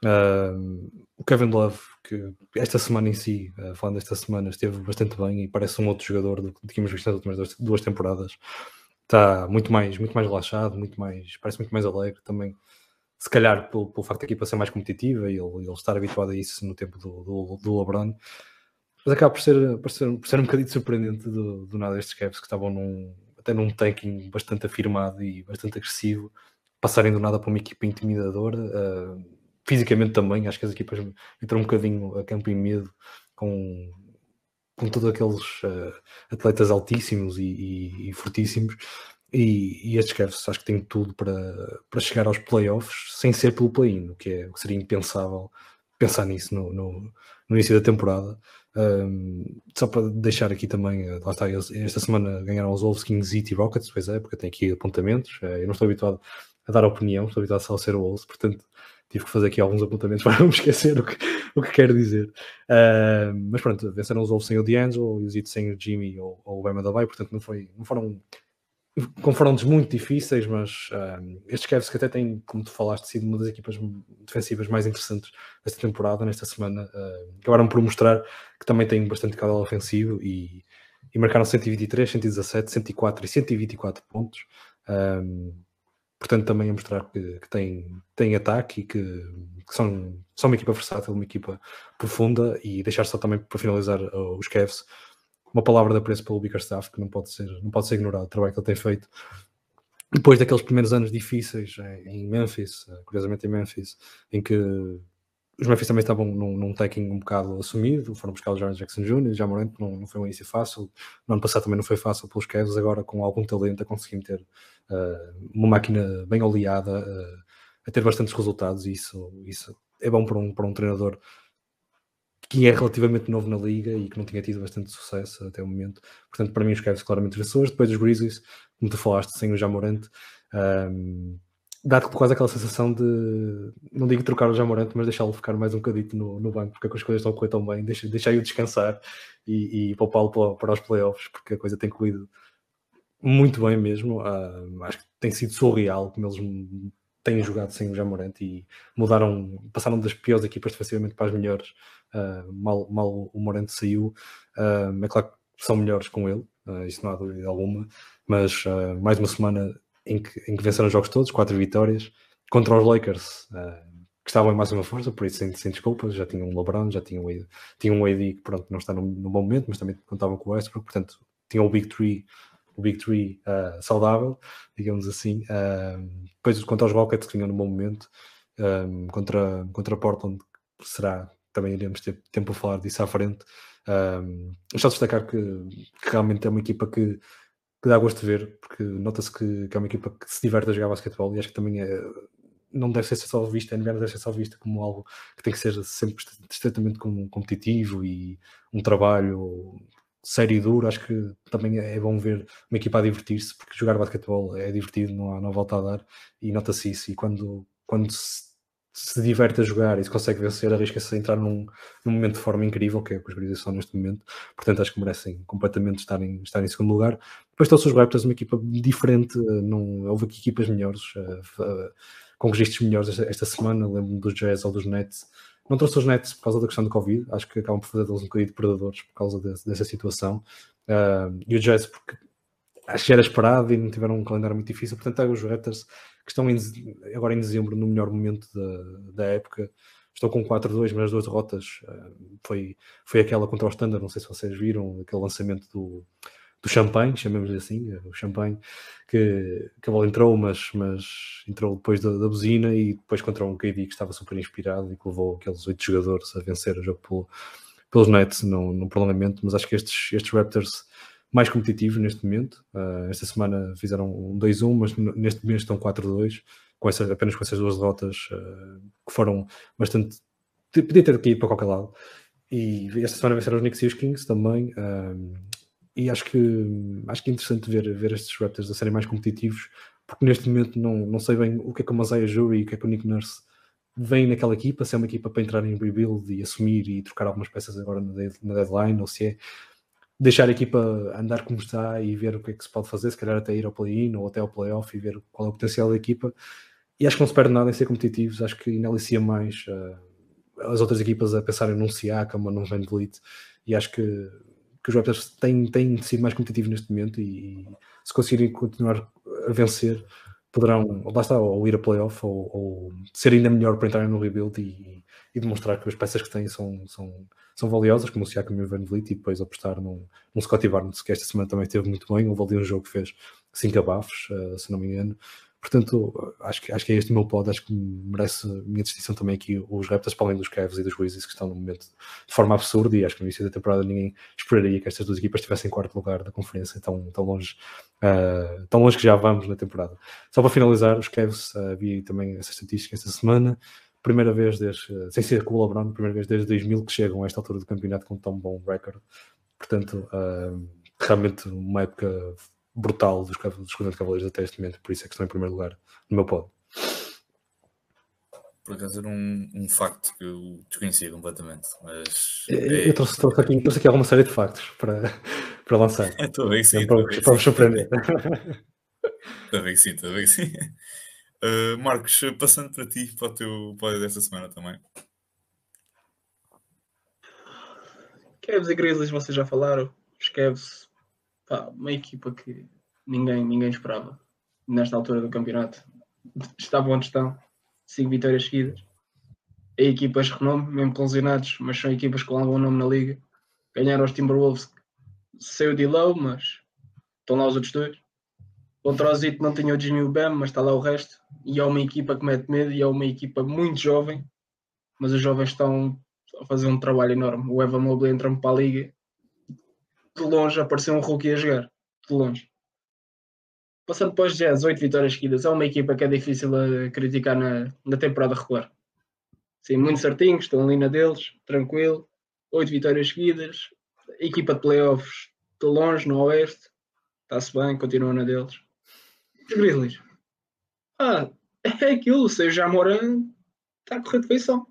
D: O Kevin Love, que esta semana em si, falando desta semana, esteve bastante bem e parece um outro jogador do que tínhamos visto nas últimas duas temporadas. Está muito mais relaxado, parece muito mais alegre também, se calhar pelo facto da equipa ser mais competitiva e ele estar habituado a isso no tempo do LeBron. Mas acaba por ser um bocadinho surpreendente do nada estes Cavs, que estavam até num tanking bastante afirmado e bastante agressivo, passarem do nada para uma equipa intimidadora. Fisicamente também, acho que as equipas entram um bocadinho a campo em medo com todos aqueles atletas altíssimos e fortíssimos, e estes Cavs acho que têm tudo para chegar aos playoffs sem ser pelo play-in, o que seria impensável pensar nisso no início da temporada. Só para deixar aqui também, lá está, esta semana ganharam os Wolves, Kings, Heat e Rockets, pois é, porque eu tenho aqui apontamentos, eu não estou habituado a dar opinião, estou habituado só a ser o Wolves, portanto tive que fazer aqui alguns apontamentos para não me esquecer o que quero dizer. Mas pronto, venceram os Wolves sem o D'Angelo e os Heat sem o Jimmy ou o Bam Adebayo, portanto não foram confrontos muito difíceis, mas estes Cavs, que até têm, como tu falaste, sido uma das equipas defensivas mais interessantes desta temporada, nesta semana, acabaram por mostrar que também têm bastante caudal ofensivo e marcaram 123, 117, 104 e 124 pontos. Portanto, também a mostrar que têm ataque e que são uma equipa versátil, uma equipa profunda. E deixar só também, para finalizar, os Cavs, uma palavra de apreço pelo Bickerstaff, que não pode ser ignorado, o trabalho que ele tem feito depois daqueles primeiros anos difíceis em Memphis, curiosamente em Memphis, em que os Memphis também estavam num tanking um bocado assumido, foram buscar o Jaren Jackson Jr., Já Morant, não foi um início fácil. No ano passado também não foi fácil pelos Cavs, agora com algum talento a conseguir ter uma máquina bem oleada, a ter bastantes resultados, e isso é bom para um treinador que é relativamente novo na liga e que não tinha tido bastante sucesso até o momento. Portanto, para mim os Cavs claramente vencedores. Depois os Grizzlies, como tu falaste, sem o Ja Morant, dá-te quase aquela sensação de, não digo trocar o Ja Morant, mas deixá-lo ficar mais um bocadito no banco, porque as coisas estão a correr tão bem, deixai-o descansar e poupá-lo para os playoffs, porque a coisa tem corrido muito bem mesmo. Acho que tem sido surreal como eles têm jogado sem o Ja Morant e passaram das piores equipas defensivamente para as melhores. Mal o Morant saiu, é claro que são melhores com ele, isso não há dúvida alguma, mas mais uma semana em que venceram os jogos todos, 4 vitórias contra os Lakers, que estavam em máxima força, por isso sem desculpas. Já tinham um LeBron, já tinham um AD que pronto, não está no bom momento, mas também contavam com o Westbrook, portanto tinham o Big Three saudável, digamos assim. Depois contra os Rockets, que vinham no bom momento, contra Portland, também iremos ter tempo a falar disso à frente. Só destacar que realmente é uma equipa que dá gosto de ver, porque nota-se que é uma equipa que se diverte a jogar basquetebol, e acho que também não deve ser só vista, a NBA não deve ser só vista como algo que tem que ser sempre estritamente competitivo e um trabalho sério e duro. Acho que também é bom ver uma equipa a divertir-se, porque jogar basquetebol é divertido, não há volta a dar, e nota-se isso. E quando se se diverte a jogar e se consegue vencer, arrisca-se a entrar num momento de forma incrível, que é o que os Grizzlies são neste momento. Portanto, acho que merecem completamente estar em segundo lugar. Depois estão os Raptors, uma equipa diferente. Não, houve aqui equipas melhores, com registros melhores esta semana. Lembro-me dos Jazz ou dos Nets. Não trouxe os Nets por causa da questão do Covid. Acho que acabam por fazer deles um bocadinho de predadores por causa dessa situação. E o Jazz, porque acho que era esperado e não tiveram um calendário muito difícil. Portanto, os Raptors, que estão agora em dezembro, no melhor momento da época, estão com 4-2, mas as duas derrotas foi aquela contra o Standard. Não sei se vocês viram aquele lançamento do Champagne, chamemos-lhe assim, o Champagne, que a bola entrou, mas entrou depois da buzina, e depois contra um KD que estava super inspirado e que levou aqueles 8 jogadores a vencer o jogo pelos Nets no prolongamento. Mas acho que estes Raptors mais competitivos neste momento, esta semana fizeram um 2-1, mas neste mês estão 4-2, apenas com essas duas derrotas que foram bastante... Podia ter caído para qualquer lado. E esta semana venceram os Knicks e os Kings também, e acho que é interessante ver estes Raptors a serem mais competitivos, porque neste momento não sei bem o que é que o Masai Ujiri e o que é que o Nick Nurse vem naquela equipa, se é uma equipa para entrar em rebuild e assumir e trocar algumas peças agora na deadline, ou se é deixar a equipa andar como está e ver o que é que se pode fazer, se calhar até ir ao play-in ou até ao play-off e ver qual é o potencial da equipa. E acho que não se perde nada em ser competitivos, acho que ainda alicia mais as outras equipas a pensarem num Siakam ou num Van Vliet, e acho que os Raptors têm sido mais competitivos neste momento, e se conseguirem continuar a vencer, poderão, lá está, ou ir a playoff ou ser ainda melhor para entrarem no rebuild e demonstrar que as peças que têm são valiosas, como o Siakam e o Van Vliet, e depois apostar num Scottie Barnes, que esta semana também esteve muito bem. Houve ali um jogo que fez 5 abafos, se não me engano. Portanto, acho que é este o meu pod. Acho que merece a minha distinção também aqui os Raptors, para além dos Cavs e dos Grizzlies, que estão no momento de forma absurda, e acho que no início da temporada ninguém esperaria que estas duas equipas estivessem em quarto lugar da conferência, tão longe que já vamos na temporada. Só para finalizar, os Cavs, vi também essa estatística esta semana, primeira vez sem ser com o LeBron, primeira vez desde 2000 que chegam a esta altura do campeonato com tão bom recorde. Portanto, realmente uma época brutal dos Cleveland Cavaliers até este momento, por isso é que estão em primeiro lugar no meu pod.
A: Por acaso era um facto que eu desconhecia completamente, mas...
D: Eu trouxe aqui alguma série de factos para lançar.
A: Estou a ver que sim.
D: Para vos surpreender.
A: Estou a ver que sim. Marcos, passando para ti, para o teu pódio desta semana também.
B: Cavs e Grizzlies, vocês já falaram. Os Cavs, uma equipa que ninguém esperava nesta altura do campeonato. Estavam onde estão, 5 vitórias seguidas. É equipas de renome, mesmo com lesionados, mas são equipas que levam o nome na liga. Ganharam os Timberwolves, saiu de low, mas estão lá os outros dois. Contra o Zito não tinha o Jimmy Bam, mas está lá o resto. E é uma equipa que mete medo, e é uma equipa muito jovem, mas os jovens estão a fazer um trabalho enorme. O Evan Mobley entrou para a liga, de longe apareceu um rookie a jogar, de longe. Passando para os Jazz, 8 vitórias seguidas. É uma equipa que é difícil a criticar na temporada regular. Sim, muito certinhos, estão ali na deles, tranquilo. 8 vitórias seguidas. Equipa de playoffs de longe, no Oeste. Está-se bem, continua na deles. Os Grizzlies. É aquilo, o seu Jamoran está a correr de feição.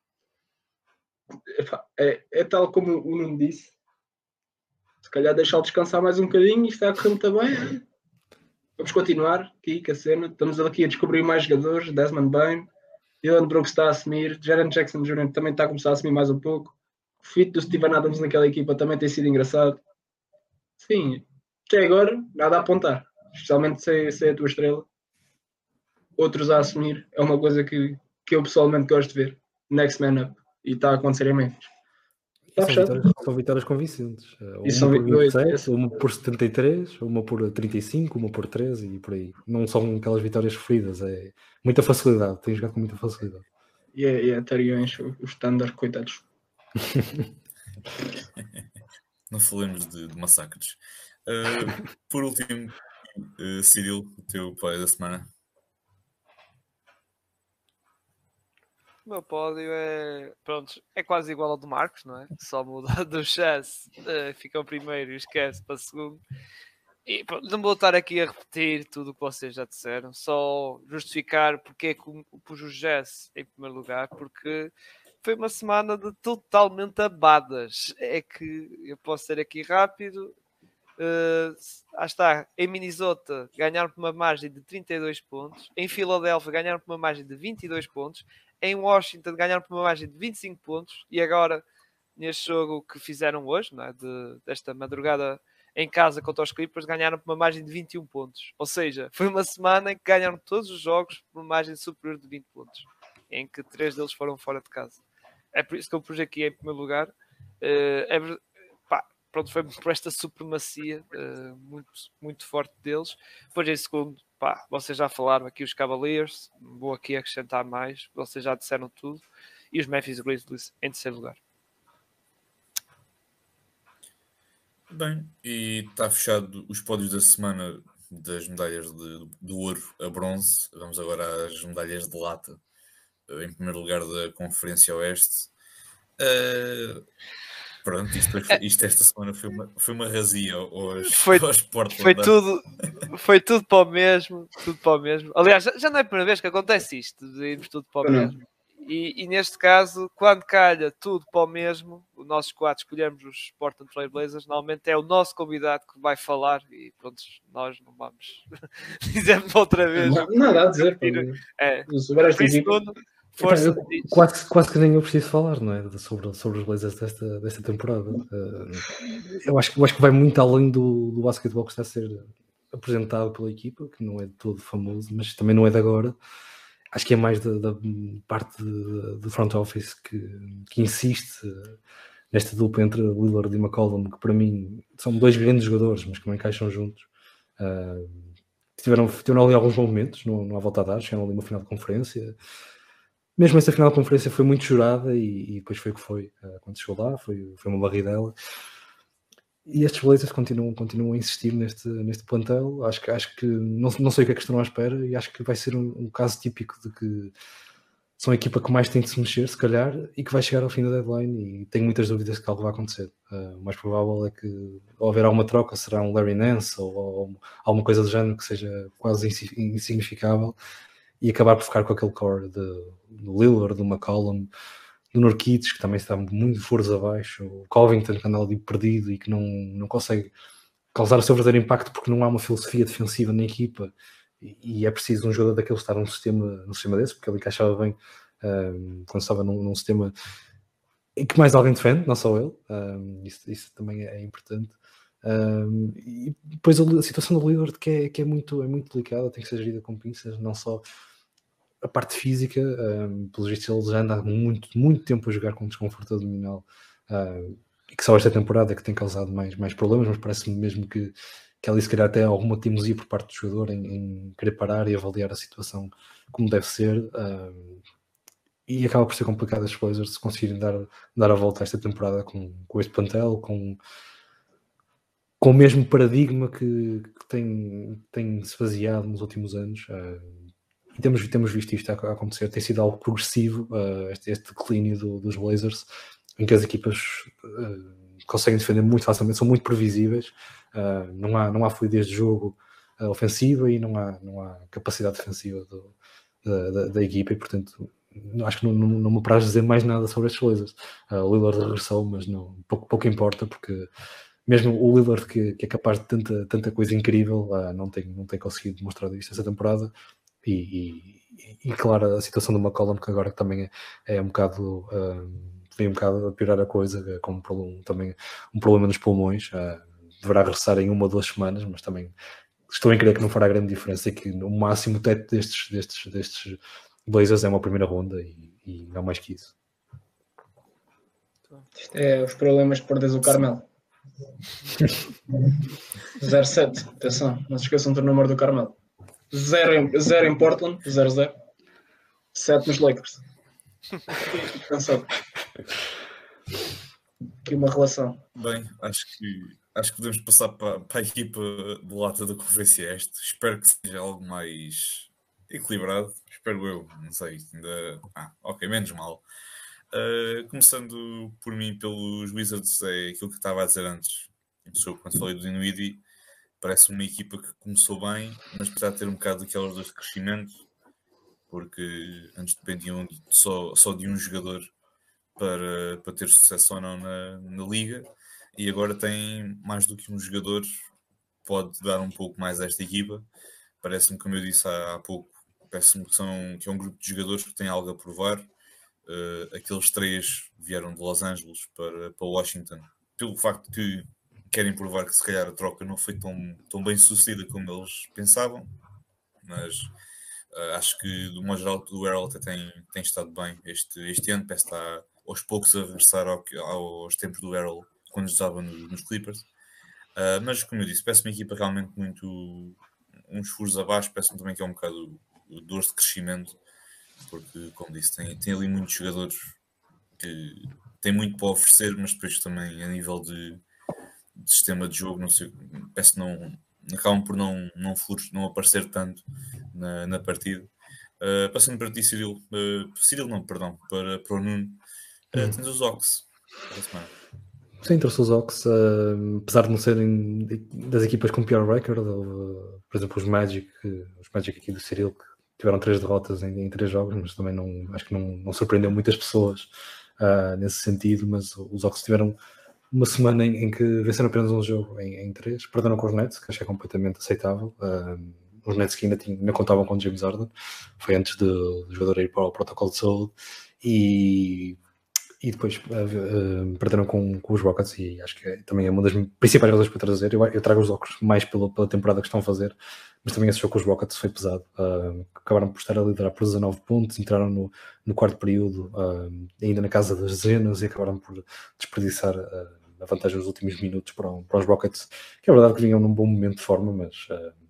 B: É tal como o Nuno disse. Se calhar deixá-lo descansar mais um bocadinho e está a correr muito bem. Vamos continuar aqui com a cena. Estamos aqui a descobrir mais jogadores. Desmond Bane, Dylan Brooks está a assumir, Jaren Jackson Jr. também está a começar a assumir mais um pouco. O fit do Steven Adams naquela equipa também tem sido engraçado. Sim, até agora nada a apontar, especialmente se é a tua estrela. Outros a assumir é uma coisa que eu pessoalmente gosto de ver. Next man up. E está a acontecer em Memphis.
D: São vitórias convincentes.
B: Uma
D: por 27, uma por 73, uma por 35, uma por 13 e por aí. Não são aquelas vitórias sofridas, é muita facilidade. Tem jogado com muita facilidade.
B: E Tariões, os standard, coitados.
A: Não falemos de massacres. Por último, Cyril, o teu pódio da semana.
C: O meu pódio é quase igual ao do Marcos, não é? Só muda do chess, fica o primeiro e esquece para o segundo. E pronto, não vou estar aqui a repetir tudo o que vocês já disseram, só justificar porque é que pus o Jazz em primeiro lugar, porque foi uma semana de totalmente abadas. É que eu posso ser aqui rápido. Está, em Minnesota ganharam por uma margem de 32 pontos, em Filadélfia ganharam por uma margem de 22 pontos, em Washington ganharam por uma margem de 25 pontos, e agora neste jogo que fizeram hoje, não é? Desta madrugada em casa contra os Clippers, ganharam por uma margem de 21 pontos. Ou seja, foi uma semana em que ganharam todos os jogos por uma margem superior de 20 pontos, em que 3 deles foram fora de casa. É por isso que eu pus aqui em primeiro lugar. Pronto, foi por esta supremacia muito, muito forte deles. Depois em segundo, vocês já falaram aqui os Cavaliers, vou aqui acrescentar mais, vocês já disseram tudo. E os Memphis Grizzlies em terceiro lugar.
A: Bem, e está fechado os pódios da semana das medalhas do ouro a bronze. Vamos agora às medalhas de lata. Em primeiro lugar da Conferência Oeste. Pronto, isto esta semana foi uma razia aos Portland.
C: Foi tudo para o mesmo, tudo para o mesmo. Aliás, já não é a primeira vez que acontece isto, de irmos tudo para o mesmo. E neste caso, quando calha tudo para o mesmo, os nossos quatro escolhemos os Portland Trail Blazers, normalmente é o nosso convidado que vai falar e pronto, nós não vamos dizer outra vez.
B: Nada a dizer.
C: Força.
D: Quase que nem eu preciso falar, não é? Sobre os Blazers desta temporada. Eu acho que vai muito além do basquetebol que está a ser apresentado pela equipa, que não é de todo famoso, mas também não é de agora. Acho que é mais da parte do front office que insiste nesta dupla entre Lillard e McCollum, que para mim são dois grandes jogadores, mas que não encaixam juntos. Tiveram ali alguns bons momentos, não há volta a dar, chegaram ali uma final de conferência. Mesmo essa final de conferência foi muito chorada e depois foi o que foi. Quando chegou lá, foi uma barridela. E estes Blazers continuam a insistir neste plantel. Acho que não sei o que é que estão à espera e acho que vai ser um caso típico de que são a equipa que mais tem de se mexer, se calhar, e que vai chegar ao fim da deadline e tenho muitas dúvidas que algo vai acontecer. O mais provável é que, ao haver alguma troca, será um Larry Nance ou alguma coisa do género que seja quase insignificável e acabar por ficar com aquele core do Lillard, do McCollum, do Nurkic, que também está muito furos abaixo, o Covington, que anda ali perdido e que não consegue causar o seu verdadeiro impacto porque não há uma filosofia defensiva na equipa e é preciso um jogador daquele estar num sistema desse, porque ele encaixava bem quando estava num sistema em que mais alguém defende, não só ele. Isso também é importante. E depois a situação do Lillard que é muito delicada, tem que ser gerida com pinças, não só a parte física, pelos vistos ele já anda há muito tempo a jogar com desconforto abdominal e que só esta temporada é que tem causado mais problemas, mas parece-me mesmo que ali se calhar até há alguma teimosia por parte do jogador em querer parar e avaliar a situação como deve ser, e acaba por ser complicado as Blazers se conseguirem dar a volta a esta temporada com este plantel, com o mesmo paradigma que tem se baseado nos últimos anos. E temos visto isto a acontecer, tem sido algo progressivo, este declínio dos Blazers, em que as equipas conseguem defender muito facilmente, são muito previsíveis, não há fluidez de jogo ofensiva e não há capacidade defensiva da equipa, e portanto acho que não me apraz dizer mais nada sobre estes Blazers. O Lillard regressou, mas pouco importa, porque mesmo o Lillard que é capaz de tanta coisa incrível não tem conseguido demonstrar isto essa temporada. E claro, a situação do McCollum, que agora também é um bocado vem um bocado a piorar a coisa, com também um problema nos pulmões, deverá regressar em 1 ou 2 semanas, mas também estou em crer que não fará grande diferença e que no máximo o teto destes Blazers é uma primeira ronda e não mais que isso.
B: Isto é os problemas de perderes o Carmelo. 0-7, atenção, não se esqueçam do número do Carmelo. 0 em Portland, 0-0. 7 nos Lakers. Cansado. Aqui uma relação.
A: Bem, acho que podemos passar para a equipa de lata da Conferência Este. Espero que seja algo mais equilibrado. Espero eu, não sei. Ok, menos mal. Começando por mim, pelos Wizards, é aquilo que estava a dizer antes. Quando falei do Dinwiddie, parece uma equipa que começou bem, mas precisa ter um bocado daquelas dores de crescimento, porque antes dependiam só de um jogador para ter sucesso ou não na liga, e agora tem mais do que um jogador, pode dar um pouco mais a esta equipa. Parece-me, como eu disse há pouco, parece-me que é um grupo de jogadores que tem algo a provar. Aqueles 3 vieram de Los Angeles para Washington, pelo facto que querem provar que se calhar a troca não foi tão bem sucedida como eles pensavam, mas acho que do modo geral o Harrell até tem estado bem este ano, parece que está aos poucos a regressar aos tempos do Harrell quando estava nos Clippers. Mas como eu disse, parece uma equipa realmente muito uns furos abaixo, parece-me também que é um bocado dor de crescimento, porque como disse, tem ali muitos jogadores que têm muito para oferecer, mas depois também a nível de sistema de jogo, não sei, parece que acabam por não aparecer tanto na partida. Passando para ti, Cirilo, para o Nuno, tens os Hawks da semana.
D: Sim, trouxe os Hawks, apesar de não serem das equipas com pior record, por exemplo os Magic aqui do Cirilo, que tiveram 3 derrotas em 3 jogos, mas também acho que não surpreendeu muitas pessoas nesse sentido, mas os Hawks tiveram uma semana em que venceram apenas um jogo em 3, perderam com os Nets, que acho que é completamente aceitável. Os Nets que ainda contavam com James Harden, foi antes do jogador ir para o protocolo de saúde, e depois perderam com os Rockets, e acho que também é uma das principais razões para trazer. Eu trago os Hawks mais pela temporada que estão a fazer, mas também esse jogo com os Rockets foi pesado. Acabaram por estar a liderar por 19 pontos, entraram no quarto período ainda na casa das dezenas, e acabaram por desperdiçar a vantagem nos últimos minutos para os Rockets, que é verdade que vinham num bom momento de forma, mas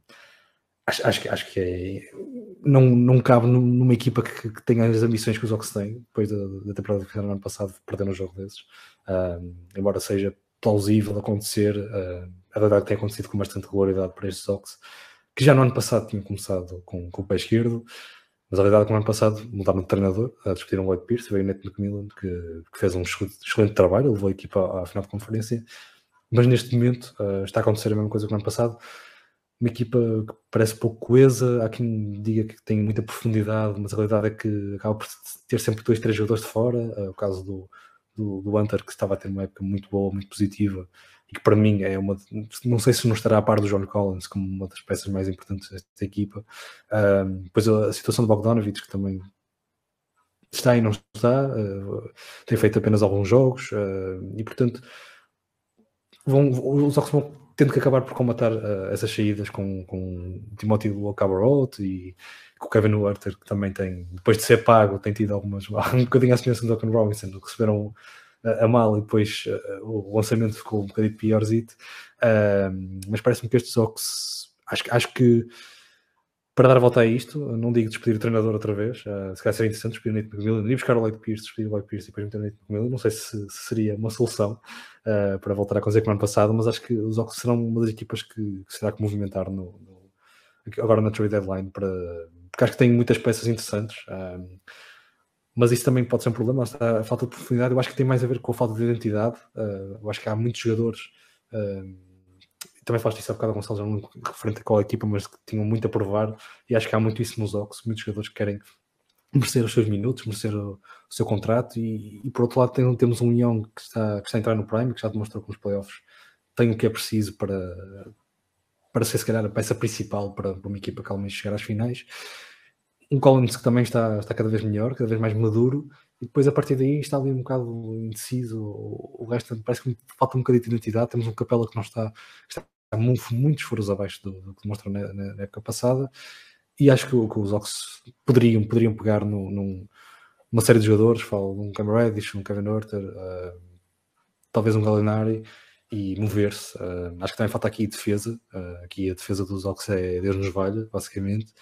D: acho que não cabe numa equipa que tenha as ambições que os Hawks têm, depois da temporada que fizeram no ano passado, perderam um jogo desses. Embora seja plausível acontecer, a verdade tem acontecido com bastante regularidade para estes Hawks, que já no ano passado tinham começado com o pé esquerdo, mas a verdade é que no ano passado mudaram de treinador, despediram o Lloyd Pierce, veio o Nate McMillan, que fez um excelente trabalho, levou a equipa à final de conferência, mas neste momento está a acontecer a mesma coisa que no ano passado. Uma equipa que parece pouco coesa, há quem diga que tem muita profundidade, mas a realidade é que acaba por ter sempre 2, 3 jogadores de fora. O caso do Hunter, que estava a ter uma época muito boa, muito positiva, e que para mim é não sei se não estará a par do John Collins como uma das peças mais importantes desta equipa. Depois a situação do Bogdanovic, que também está e não está, tem feito apenas alguns jogos, e portanto os Hawks vão tendo que acabar por combatar essas saídas com o Timothy Cabarrot e com o Kevin Huerter, que também tem, depois de ser pago, tem tido algumas, um bocadinho à semelhança do Duncan Robinson, que receberam a mal e depois o lançamento ficou um bocadinho piorzito. Mas parece-me que estes Hawks, acho que para dar a volta a isto, não digo despedir o treinador outra vez, se calhar seria interessante despedir o Nate McMillan, ir buscar o Lloyd Pierce, despedir o Lloyd Pierce e depois meter o Nate McMillan. Não sei se seria uma solução para voltar a acontecer como no ano passado, mas acho que os Hawks serão uma das equipas que será que movimentar agora na trade deadline, porque acho que tem muitas peças interessantes, mas isso também pode ser um problema. Está a falta de profundidade, eu acho que tem mais a ver com a falta de identidade. Eu acho que há muitos jogadores, também falaste isso há bocado, Gonçalo, já não referente a qual equipa, mas que tinham muito a provar, e acho que há muito isso nos Hawks, muitos jogadores que querem merecer os seus minutos, merecer o seu contrato, e por outro lado temos um Young que está a entrar no Prime, que já demonstrou que nos playoffs tem o que é preciso para ser, se calhar, a peça principal para uma equipa que almeja chegar às finais. Um Collins que também está cada vez melhor, cada vez mais maduro, e depois a partir daí está ali um bocado indeciso. O resto parece que falta um bocadinho de identidade. Temos um Capela que está muitos furos abaixo do que demonstrou na época passada, e acho que os Hawks poderiam pegar numa série de jogadores, falo de um Cam Reddish, um Kevin Huerter, talvez um Gallinari, e mover-se. Acho que também falta aqui defesa. Aqui a defesa dos Hawks é Deus nos valha, basicamente.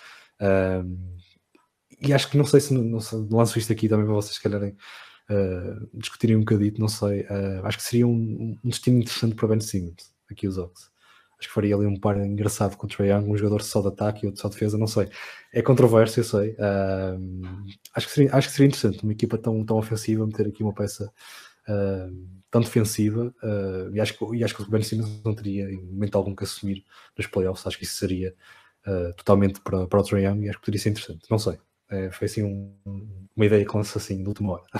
D: E acho que não sei se lanço isto aqui também para vocês, se calhar, discutirem um bocadinho, não sei. Acho que seria um destino interessante para Ben Simmons, aqui os Hawks. Acho que faria ali um par engraçado com o Trae Young, um jogador só de ataque e outro só de defesa, não sei. É controverso, eu sei. Acho que seria interessante, uma equipa tão ofensiva, meter aqui uma peça tão defensiva, e acho que o Ben Simmons não teria em momento algum que assumir nos playoffs. Acho que isso seria totalmente para o Trae Young, e acho que poderia ser interessante. Não sei, foi assim uma ideia que lança assim de última hora.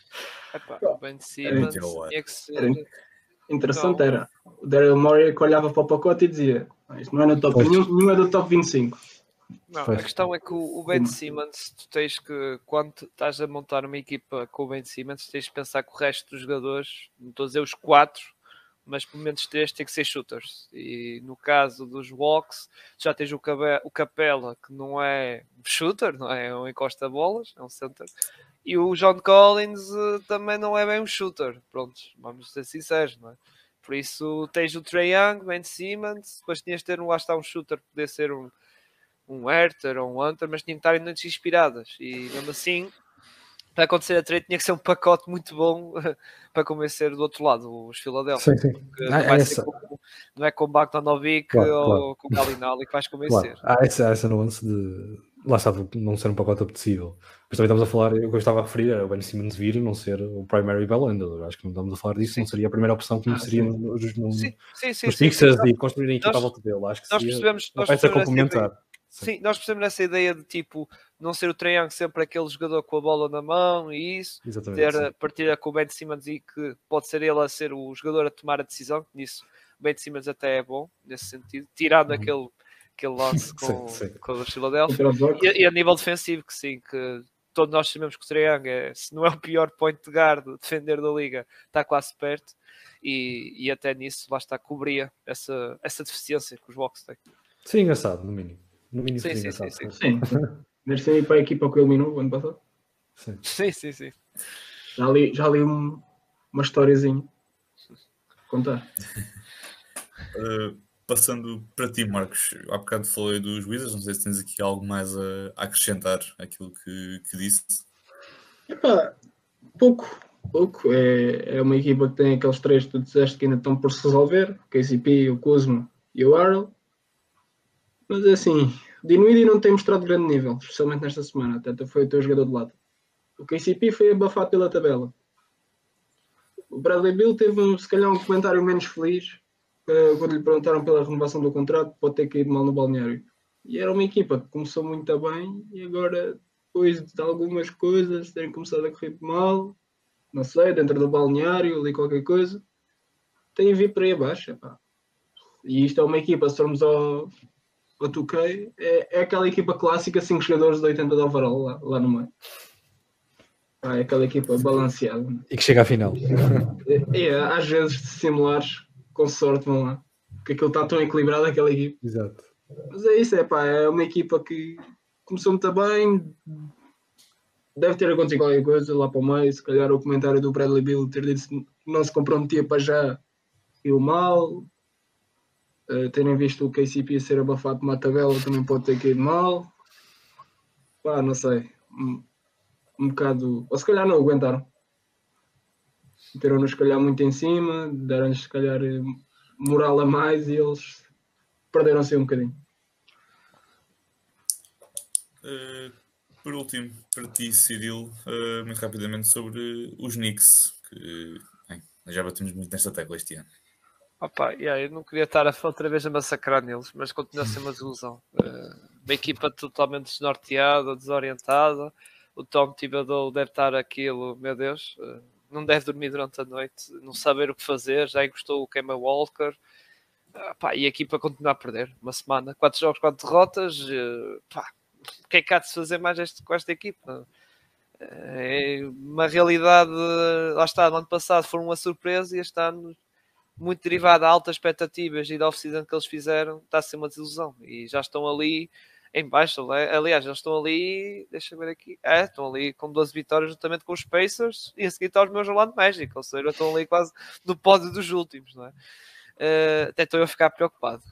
C: O Ben Simmons tinha que ser...
B: Interessante era o Daryl Morey que olhava para o pacote e dizia: isto não é no top, nenhum é do top 25.
C: Não, a questão é que o Ben Simmons, tu tens que, quando estás a montar uma equipa com o Ben Simmons, tens de pensar que o resto dos jogadores, não estou a dizer os 4, mas pelo menos 3 têm que ser shooters. E no caso dos Walks, já tens o Capela, que não é shooter, não é um encosta-bolas, é um center. E o John Collins também não é bem um shooter. Pronto, vamos ser sinceros, não é? Por isso tens o Trae Young, Ben Simmons, depois tinhas de ter lá está um shooter, poder ser um Herter ou um Hunter, mas tinha que estar em noites inspiradas. E mesmo assim, para acontecer a trade, tinha que ser um pacote muito bom para convencer do outro lado, os Philadelphia.
D: Sim.
C: Não é com o Bogdanovic ou com o Gallinari que vais convencer.
D: Claro. Há essa nuance de lá está, de não ser um pacote apetecível. Mas também estamos a falar, o que eu estava a referir era o Ben Simmons vir não ser o primary ball handler. Acho que não estamos a falar disso, não seria a primeira opção que seria nos Sixers e construir a equipa à volta dele. Acho que seria uma peça complementar.
C: Sim, nós percebemos essa ideia de tipo não ser o Trae Young sempre aquele jogador com a bola na mão e isso, ter a partida com o Ben Simmons e que pode ser ele a ser o jogador a tomar a decisão. Nisso o Ben Simmons até é bom nesse sentido, tirando aquele lance com o Philadelphia. E a nível defensivo, que sim, que todos nós sabemos que o Trae Young se não é o pior point guard defender da liga, está quase perto. E até nisso, lá está, cobria essa deficiência que os Bucks têm.
D: Sim, engraçado, no mínimo.
B: Sim. Deve ser para a equipa que eliminou o ano passado.
C: Sim.
B: Já li uma historiazinha. Contar.
A: Passando para ti, Marcos, há bocado falei dos Wizards, não sei se tens aqui algo mais a acrescentar àquilo que disse.
B: Epá, pouco. É uma equipa que tem aqueles 3 que tu disseste que ainda estão por se resolver: o KCP, o Kuzma e o Harrell. Mas assim, o Dinwiddie não tem mostrado grande nível, especialmente nesta semana, até foi o teu jogador de lado. O KCP foi abafado pela tabela. O Bradley Beal teve se calhar um comentário menos feliz quando lhe perguntaram pela renovação do contrato, pode ter caído mal no balneário. E era uma equipa que começou muito bem e agora, depois de algumas coisas terem começado a correr mal, não sei, dentro do balneário, ali qualquer coisa, tem a vir para aí abaixo. Epá. E isto é uma equipa, se formos ao 2K, é aquela equipa clássica, 5 jogadores de 80 de overall lá no meio. É aquela equipa balanceada.
D: E que chega à final.
B: Às vezes similares, com sorte vão lá. Porque aquilo está tão equilibrado, aquela equipa.
D: Exato.
B: Mas é isso, é uma equipa que começou muito bem. Deve ter acontecido qualquer coisa lá para o meio. Se calhar o comentário do Bradley Beal ter dito que não se comprometia para já e o mal. Terem visto o KCP ser abafado por uma tabela também pode ter caído mal. Pá, não sei. Um bocado. Ou se calhar não aguentaram. Meteram-nos se calhar muito em cima, deram-lhes se calhar moral a mais e eles perderam-se um bocadinho.
A: Por último, para ti, Cyril, muito rapidamente sobre os Knicks, que já batemos muito nesta tecla este ano.
C: Eu não queria estar outra vez a massacrar neles, mas continua a ser uma desilusão. Uma equipa totalmente desnorteada, desorientada. O Tom Thibodeau deve estar aquilo, meu Deus, não deve dormir durante a noite, não saber o que fazer, já encostou o Kemba Walker. E a equipa continua a perder. Uma semana, 4 jogos, 4 derrotas. O que é que há de se fazer mais com esta equipa? É uma realidade, lá está, no ano passado foram uma surpresa e este ano muito derivado a altas expectativas e da off-season que eles fizeram, está a ser uma desilusão. E já estão ali em baixo, aliás, eles estão ali, deixa eu ver aqui, estão ali com 12 vitórias juntamente com os Pacers e a seguir está os meus Orlando Magic, ou seja, estão ali quase no pódio dos últimos, não é? Até estou eu a ficar preocupado.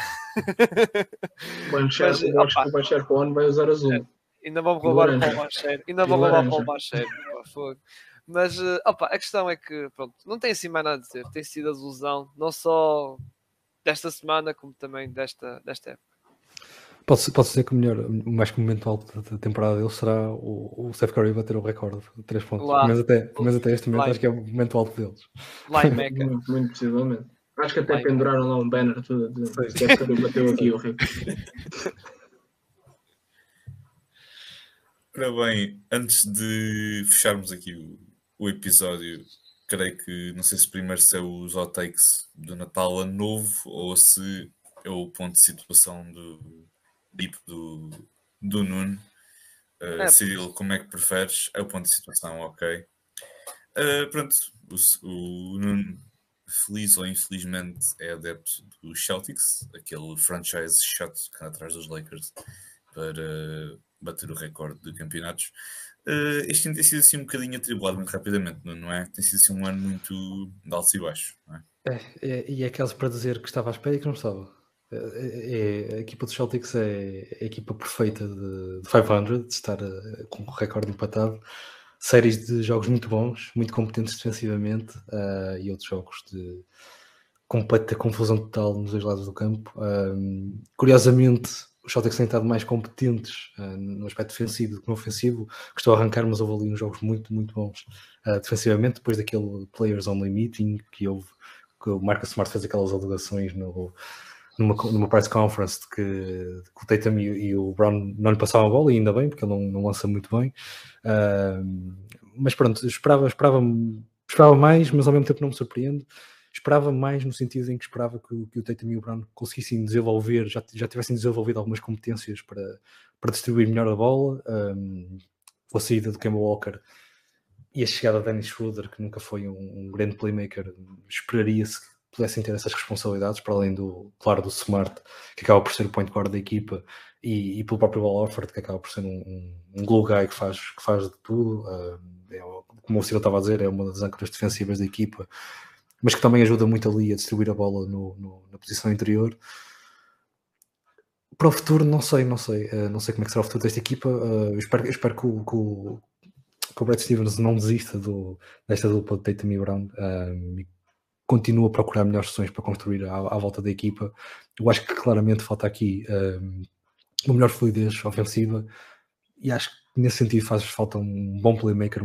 B: O Bancher para o ano vai usar azul.
C: Ainda vão roubar o Paul Banchero. Ainda vão roubar o Paul Banchero. Mas a questão é que pronto, não tem assim mais nada a dizer. Tem sido a desilusão, não só desta semana, como também desta época.
D: Pode-se dizer que o mais que o momento alto da temporada dele será o Steph Curry bater o recorde de 3 pontos.
C: Lá.
D: Mas até este momento
C: Lá.
D: acho que é o momento alto deles.
C: Lá em Meca.
B: Muito possivelmente. Acho que até
C: Lá em
B: penduraram lá um banner tudo a dizer
D: Sim.
B: Steph Curry bateu aqui o recorde.
A: Ora bem, antes de fecharmos aqui o episódio, creio que, não sei se primeiro se é os hot takes do Natal Ano Novo ou se é o ponto de situação do Nuno. Cyril, como é que preferes? É o ponto de situação, ok. Pronto, o Nuno, feliz ou infelizmente, é adepto dos Celtics, aquele franchise chato que anda atrás dos Lakers para bater o recorde de campeonatos. Este ano tem sido assim um bocadinho atribulado muito rapidamente, não é? Tem sido assim um ano muito de altos e baixos, não é?
D: E é aqueles para dizer que estava à espera e que não estava. A equipa dos Celtics é a equipa perfeita de 500, de estar com o recorde empatado. Séries de jogos muito bons, muito competentes defensivamente, e outros jogos de completa confusão total nos dois lados do campo. Curiosamente, os Celtics têm estado mais competentes no aspecto defensivo do que no ofensivo, que estou a arrancar, mas houve ali uns jogos muito, muito bons defensivamente, depois daquele Players Only Meeting que houve, que o Marcus Smart fez aquelas alegações numa press conference de que o Tatum e o Brown não lhe passavam a bola, e ainda bem, porque ele não lança muito bem. Mas pronto, esperava mais, mas ao mesmo tempo não me surpreende. Esperava mais no sentido em que esperava que o Tatum e o Brown conseguissem desenvolver, já tivessem desenvolvido algumas competências para distribuir melhor a bola. A saída do Kemba Walker e a chegada de Dennis Schroeder, que nunca foi um grande playmaker, esperaria-se que pudessem ter essas responsabilidades, para além do Smart, que acaba por ser o point guard da equipa, e pelo próprio Al Horford, que acaba por ser um glue guy que faz de tudo. Como o Ciro estava a dizer, é uma das âncoras defensivas da equipa, mas que também ajuda muito ali a distribuir a bola na posição interior. Para o futuro, não sei como é que será o futuro desta equipa. Eu espero que o Brad Stevens não desista desta dupla de Tatum e Brown, e continua a procurar melhores soluções para construir à volta da equipa. Eu acho que claramente falta aqui uma melhor fluidez ofensiva, e acho que nesse sentido faz falta um bom playmaker,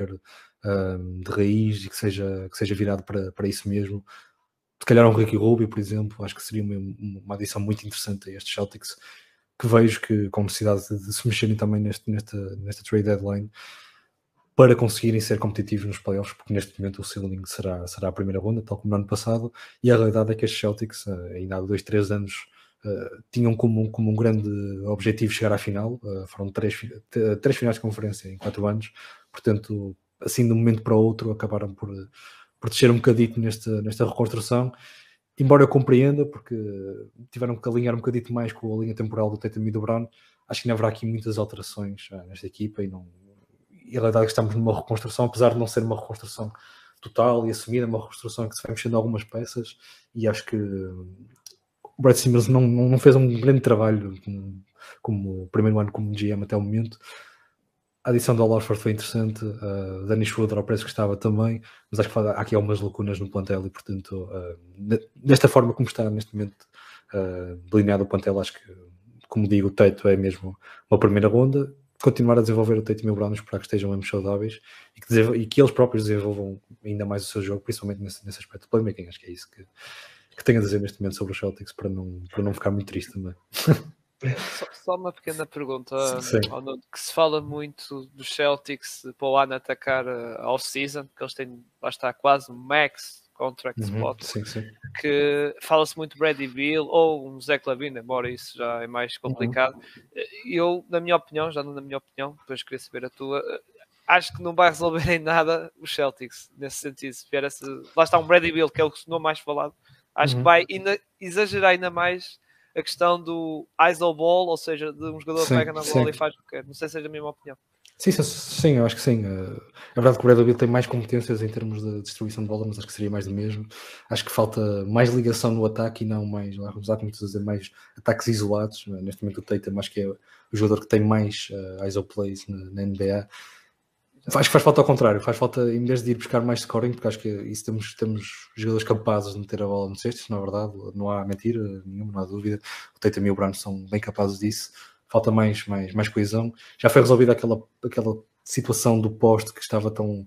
D: de raiz, e que seja virado para isso mesmo. Se calhar um Ricky Rubio, por exemplo, acho que seria uma adição muito interessante a estes Celtics, que vejo que com necessidade de se mexerem também nesta trade deadline, para conseguirem ser competitivos nos playoffs, porque neste momento o ceiling será a primeira ronda, tal como no ano passado, e a realidade é que estes Celtics, ainda há 2-3 anos, tinham como um grande objetivo chegar à final. Foram 3 finais de conferência em 4 anos, portanto, assim de um momento para o outro, acabaram por descer um bocadito nesta reconstrução, embora eu compreenda, porque tiveram que alinhar um bocadito mais com a linha temporal do Tatum e do Brown. Acho que ainda haverá aqui muitas alterações nesta equipa, e a realidade é que estamos numa reconstrução, apesar de não ser uma reconstrução total e assumida, uma reconstrução que se vai mexendo algumas peças, e acho que o Brad Stevens não fez um grande trabalho como primeiro ano como GM até o momento. A adição do Al Horford foi interessante, Dennis Schroeder ao preço que estava também, mas acho que há aqui algumas lacunas no plantel, e portanto, desta forma como está neste momento delineado o plantel, acho que, como digo, o Tatum é mesmo uma primeira ronda. Continuar a desenvolver o Tatum e o Brown, esperar que estejam mesmo saudáveis e que eles próprios desenvolvam ainda mais o seu jogo, principalmente nesse aspecto de playmaking. Acho que é isso que tenho a dizer neste momento sobre os Celtics, para não ficar muito triste também.
C: Só uma pequena pergunta,
D: que
C: se fala muito dos Celtics para o ano atacar ao season, que eles têm, lá está, quase um max contract spot,
D: sim.
C: que fala-se muito Bradley Beal ou um Zach LaVine, embora isso já é mais complicado. Eu, na minha opinião, depois queria saber a tua, acho que não vai resolver em nada os Celtics, nesse sentido. Se vier lá está um Bradley Beal, que é o que mais falado, acho que vai exagerar ainda mais a questão do ISO ball, ou seja, de um jogador que pega na bola e faz o que quer. Não sei se é a mesma opinião.
D: Sim, eu acho que sim. É verdade que o Bradley Beal tem mais competências em termos de distribuição de bola, mas acho que seria mais do mesmo. Acho que falta mais ligação no ataque e não mais, vamos usar como dizer, mais ataques isolados. Neste momento o Tatum acho que é o jogador que tem mais ISO plays na NBA. Acho que faz falta ao contrário, faz falta, em vez de ir buscar mais scoring, porque acho que isso temos jogadores capazes de meter a bola no cesto, isso não é verdade, não há mentira nenhuma, não há dúvida. O Tatum e o Brown são bem capazes disso, falta mais coesão. Já foi resolvida aquela situação do poste que estava tão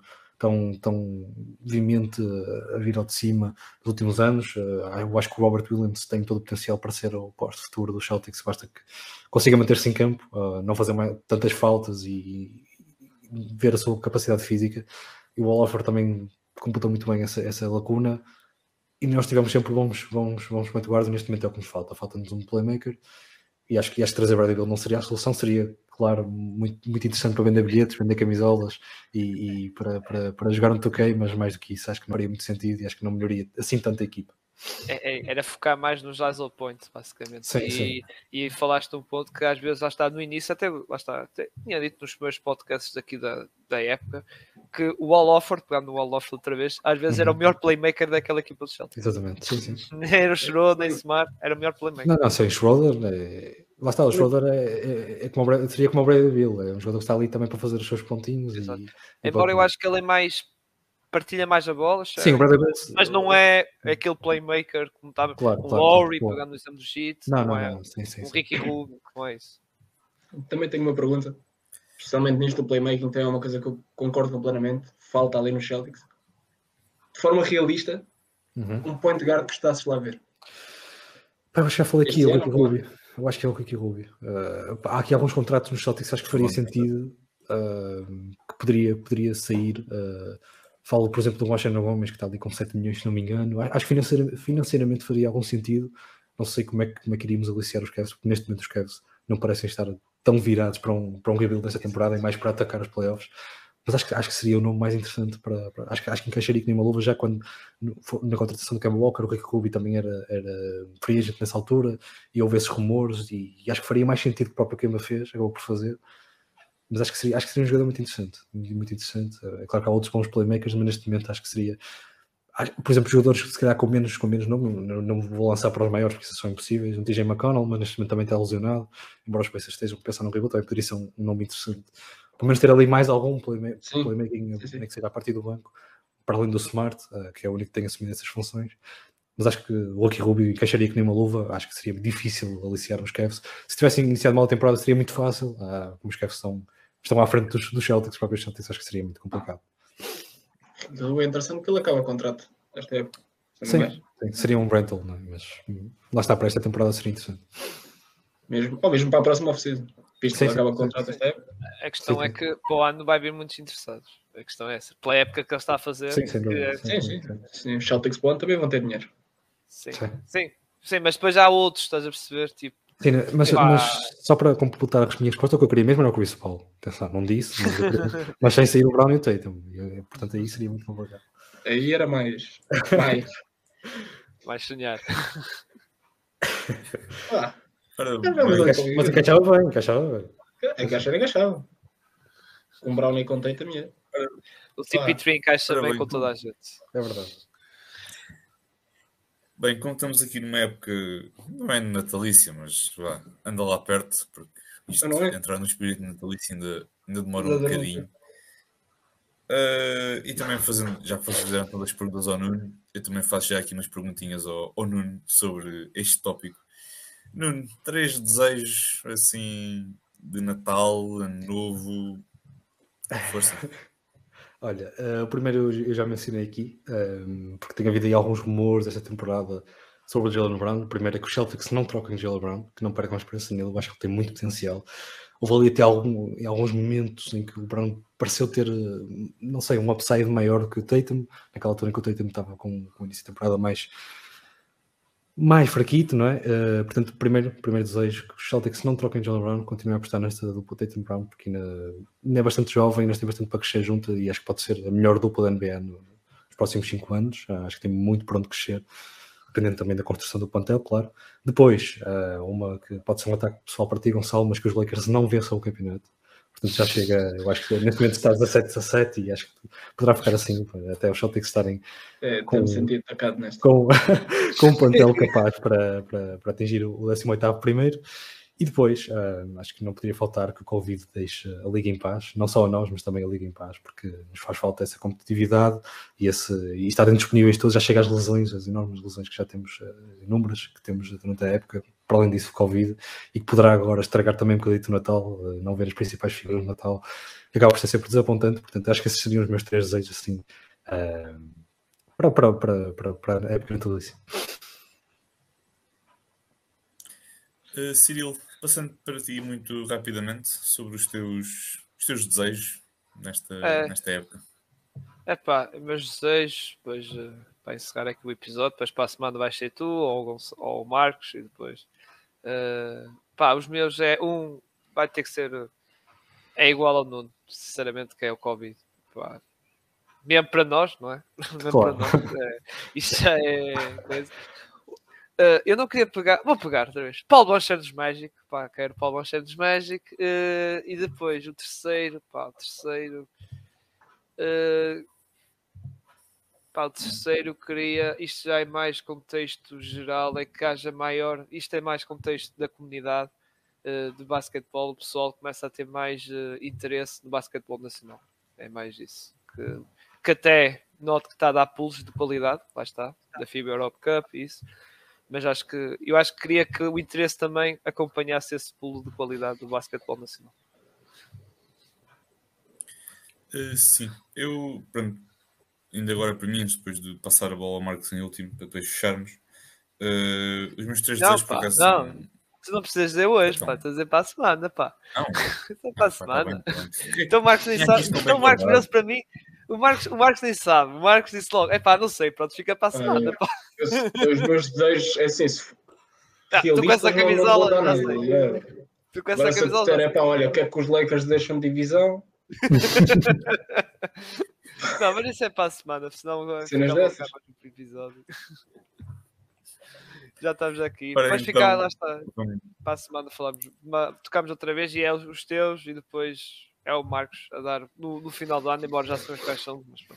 D: veemente a vir ao de cima nos últimos anos. Eu acho que o Robert Williams tem todo o potencial para ser o poste futuro do Celtics, basta que consiga manter-se em campo, não fazer tantas faltas e ver a sua capacidade física. E o Al Horford também computou muito bem essa lacuna, e nós tivemos sempre bons point guards. Neste momento é o que nos falta-nos um playmaker, e acho que trazer Bradley Beal não seria a solução, seria, claro, muito, muito interessante para vender bilhetes, vender camisolas e para jogar um 2K, mas mais do que isso acho que não faria muito sentido, e acho que não melhoraria assim tanto a equipa.
C: Era focar mais nos ISO points, basicamente.
D: Sim.
C: E falaste um ponto que às vezes, lá está, no início, até tinha dito nos meus podcasts aqui da época, que o Al Horford, pegando o Al Horford outra vez, às vezes era o melhor playmaker daquela equipa do Celtics.
D: Exatamente, sim.
C: Nem era o Schroeder, nem Smart, era o melhor playmaker.
D: Não, sem Schroeder, lá está, o Schroeder seria como o Bradley Beal, é um jogador que está ali também para fazer os seus pontinhos.
C: Embora eu acho que ele é mais... partilha mais a bola,
D: sim, o Bradley Beal,
C: mas não é aquele playmaker como estava o Lowry pegando no exame do Heat, não é um Ricky Rubio, não é isso.
B: Também tenho uma pergunta, especialmente nisto do playmaking, tem uma coisa que eu concordo completamente, falta ali no Celtics. De forma realista, um point guard que está-se lá a ver.
D: Eu já falei aqui, o Ricky Rubio. Eu acho que é o Ricky Rubio. Há aqui alguns contratos nos Celtics, acho que faria sentido, que poderia sair. Falo, por exemplo, do Washington Gomes, que está ali com 7 milhões, se não me engano. Acho que financeiramente faria algum sentido. Não sei como é que iríamos aliciar os Cavs, porque neste momento os Cavs não parecem estar tão virados para um rebuild desta temporada, e mais para atacar os playoffs. Mas acho que seria o nome mais interessante acho que encaixaria que nem uma luva, já quando na contratação do Kemba Walker, o Ricky Rubio também era free agent nessa altura, e houve esses rumores, e acho que faria mais sentido que o próprio Kemba fez, acabou por fazer. Mas acho que seria um jogador muito interessante. Muito interessante. É claro que há outros bons playmakers, mas neste momento acho que seria... Por exemplo, jogadores que se calhar com menos nome, não vou lançar para os maiores, porque isso são impossíveis. Um TJ McConnell, mas neste momento também está lesionado. Embora os Pacers estejam pensando no rebuild, também poderia ser um nome interessante. Pelo menos ter ali mais algum playmaking, nem que seja a partir do banco, para além do Smart, que é o único que tem assumido essas funções. Mas acho que o Ricky Rubio encaixaria que nem uma luva. Acho que seria difícil aliciar nos Cavs. Se tivessem iniciado mal a temporada seria muito fácil. Como os Cavs estão à frente dos Celtics, próprios Celtics, acho que seria muito complicado.
B: Então, é interessante que ele acaba o contrato esta época.
D: Sim, seria um rental, não é? Mas lá está, para esta temporada seria interessante.
B: Mesmo para a próxima off-season. Visto que ele acaba o contrato esta época.
C: A questão é que para o ano vai haver muitos interessados. A questão é essa. Pela época que ele está a fazer.
B: Sim. Os Celtics para o ano também vão ter dinheiro.
C: Sim, mas depois há outros, estás a perceber? Tipo,
D: sim, mas só para completar a minha resposta, o que eu queria mesmo era o Chris Paul. Atenção, não disse, mas sem sair o Brown e o Tatum. Portanto, aí seria muito complicado.
B: Aí era mais
C: sonhar.
D: Mas encaixava bem.
B: Encaixava. Com Brown e com Tatum também.
C: O CP3 encaixa bem com toda a gente.
D: É verdade.
A: Bem, como estamos aqui numa época, não é natalícia, mas anda lá perto, porque isto entrar no espírito natalício ainda demora um bocadinho. E também já fizeram todas as perguntas ao Nuno. Eu também faço já aqui umas perguntinhas ao Nuno sobre este tópico. Nuno, 3 desejos assim de Natal, Ano Novo, força.
D: Olha, o primeiro eu já mencionei aqui, porque tem havido aí alguns rumores esta temporada sobre o Jaylen Brown. O primeiro é que os Celtics não troquem Jaylen Brown, que não percam a esperança nele. Eu acho que ele tem muito potencial. Houve ali até alguns momentos em que o Brown pareceu ter, não sei, um upside maior do que o Tatum, naquela altura em que o Tatum estava com o início da temporada mais fraquito, não é? Portanto, primeiro desejo que os Celtics não troquem Jaylen Brown, continuem a apostar nesta dupla Tatum Brown, porque ainda é bastante jovem, ainda tem bastante para crescer junto, e acho que pode ser a melhor dupla da NBA nos próximos 5 anos. Acho que tem muito para onde crescer, dependendo também da construção do plantel, claro. Depois, uma que pode ser um ataque pessoal para ti, Gonçalo, mas que os Lakers não vençam o campeonato. Portanto, já chega, eu acho que neste momento está 17-17 e acho que poderá ficar assim, até os Celtics estarem
B: com sentido atacado nesta.
D: Com um plantel capaz para atingir o 18º primeiro. E depois, acho que não poderia faltar que o Covid deixe a Liga em paz, não só a nós, mas também a Liga em paz, porque nos faz falta essa competitividade e estarem disponíveis todos, já chega às lesões, as enormes lesões que já temos, inúmeras, que temos durante a época, para além disso o Covid, e que poderá agora estragar também um bocadinho o Natal, não ver as principais figuras do Natal, que acaba por ser sempre desapontante. Portanto, acho que esses seriam os meus 3 desejos, assim, para a época natalícia.
A: Cirilo, passando para ti muito rapidamente sobre os teus desejos nesta época.
C: Meus desejos, depois para encerrar aqui o episódio, depois para a semana vai ser tu ou o Marcos, e depois os meus vai ter que ser igual ao Nuno, sinceramente, que é o Covid. Mesmo para nós, não é? Mesmo
D: Claro.
C: para nós, isto já é coisa. Eu não queria pegar, vou pegar outra vez. Paulo Boncher dos Magic, quero Paulo Boncher dos Magic, e depois o terceiro, o terceiro queria, isto já é mais contexto geral, é que haja maior, isto é mais contexto da comunidade de basquetebol, o pessoal começa a ter mais interesse no basquetebol nacional, é mais isso, que até noto que está a dar pulsos de qualidade, lá está, da FIBA Europe Cup, isso. Mas eu acho que queria que o interesse também acompanhasse esse pulo de qualidade do basquetebol nacional.
A: Sim, pronto, ainda agora para mim, depois de passar a bola ao Marcos em último, para depois fecharmos, os meus 3 desejos por acaso são...
C: Tu não precisas dizer hoje,
A: então,
C: estás a dizer para a semana,
A: Não,
C: então para a semana.
A: Tá bem.
C: Então o Marcos nem sabe. Então o Marcos virou-se para mim. O Marcos nem sabe. O Marcos disse logo: não sei, pronto, fica para a semana.
B: Os meus desejos, é assim, se
C: tu com essa camisola,
B: não sei.
C: Tu com essa camisola.
B: Olha, quer que os Lakers deixam divisão?
C: Não, mas isso é para a semana, senão o episódio. Já estamos aqui. Mas
A: então,
C: ficar, lá está. Para a semana tocamos outra vez e é os teus e depois é o Marcos a dar no final do ano, embora já sabemos quais são, mas pronto.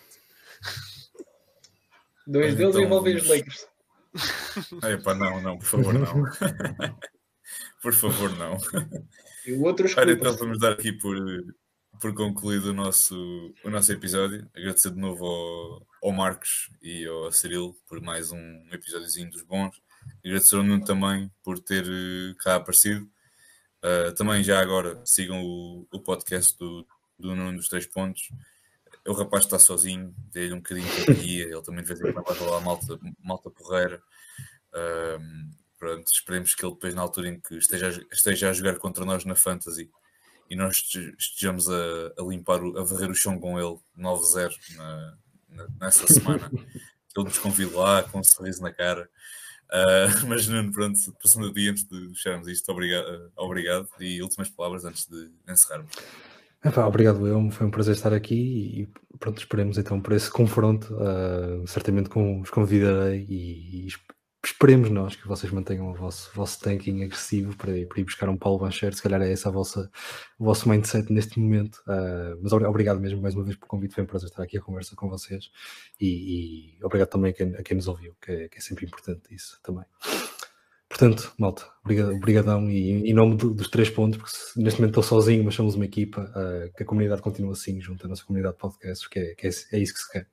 B: 2 deles envolvem os Lakers.
A: Não, por favor, não. Por favor, não.
B: E o outro
A: Então vamos dar aqui por concluído o nosso episódio. Agradecer de novo ao Marcos e ao Cirilo por mais um episódiozinho dos bons. Agradecer ao Nuno também por ter cá aparecido. Também já agora sigam o podcast do Nuno dos 3 pontos. O rapaz está sozinho, dê-lhe um bocadinho de companhia. Ele também de vez em quando vai falar malta porreira. Pronto, esperemos que ele depois, na altura em que esteja a jogar contra nós na Fantasy e nós estejamos a varrer o chão com ele 9-0 nessa semana, que ele nos convide lá com um sorriso na cara. Mas Nuno, pronto, passando o dia antes de fecharmos isto, obrigado e últimas palavras antes de encerrarmos.
D: Obrigado, foi um prazer estar aqui e pronto, esperemos então por esse confronto, certamente os convidarei e esperemos nós que vocês mantenham o vosso tanking agressivo para ir buscar um Paulo Banchero, se calhar é esse o vosso mindset neste momento, mas obrigado mesmo mais uma vez pelo convite, foi um prazer estar aqui a conversa com vocês e obrigado também a quem nos ouviu, que é sempre importante isso também. Portanto, malta, obrigadão e em nome dos 3 pontos, porque neste momento estou sozinho, mas somos uma equipa, que a comunidade continua assim, junto à nossa comunidade de podcasts, que é isso que se quer.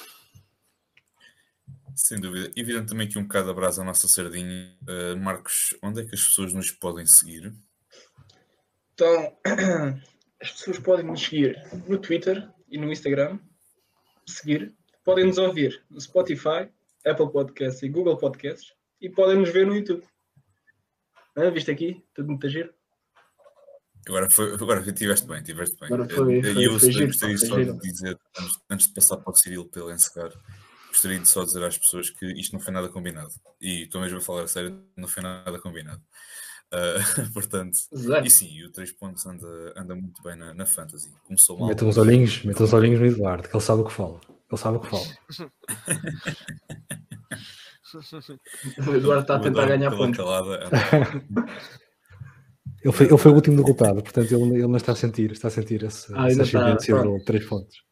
A: Sem dúvida. E virando também aqui um bocado a brasa à nossa sardinha, Marcos, onde é que as pessoas nos podem seguir?
B: Então, as pessoas podem nos seguir no Twitter e no Instagram, podem nos ouvir no Spotify, Apple Podcasts e Google Podcasts e podem nos ver no YouTube. Viste aqui? Tudo muito giro.
A: Agora tiveste bem.
B: Agora foi
A: gostaria só de dizer, antes de passar para o Cirilo para ele encerrar, gostaria de só dizer às pessoas que isto não foi nada combinado. E estou mesmo a falar a sério, não foi nada combinado. Portanto,
B: Exato.
A: E sim, o 3 pontos anda muito bem na Fantasy. Começou mal.
D: Metam os olhinhos no Eduardo, que ele sabe o que fala.
B: O Eduardo está a tentar ganhar pontos.
D: Ele foi o último derrotado, portanto ele não está a sentir essa experiência de 3 pontos.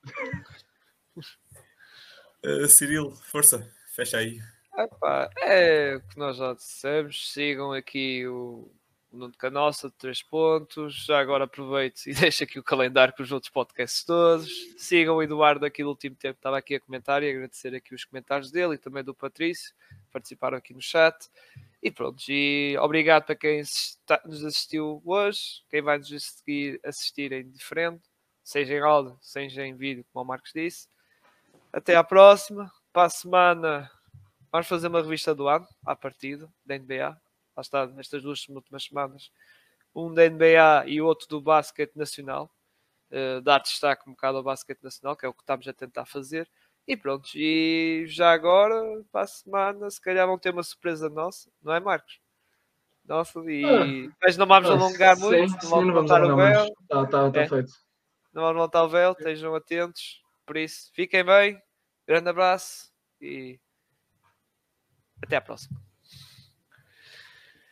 A: Cirilo, força, fecha aí.
C: É o que nós já dissemos, sigam aqui o Nuno Canossa de 3 pontos. Já agora aproveito e deixo aqui o calendário com os outros podcasts todos. Sigam o Eduardo aqui do último tempo que estava aqui a comentar e agradecer aqui os comentários dele e também do Patrício, que participaram aqui no chat. E pronto, e obrigado para quem nos assistiu hoje, quem vai nos assistir em diferente, seja em áudio, seja em vídeo, como o Marcos disse. Até à próxima. Para a semana vamos fazer uma revista do ano, à partida, da NBA. Lá está, nestas 2 últimas semanas. Um da NBA e o outro do basquete nacional. Dar destaque um bocado ao basquete nacional, que é o que estamos a tentar fazer. E pronto, e já agora, para a semana, se calhar vão ter uma surpresa nossa, não é, Marcos? Nossa, mas não vamos alongar muito, não vamos montar o véu.
B: Está feito.
C: Não vamos montar o véu, estejam atentos. Por isso, fiquem bem, grande abraço e até à próxima.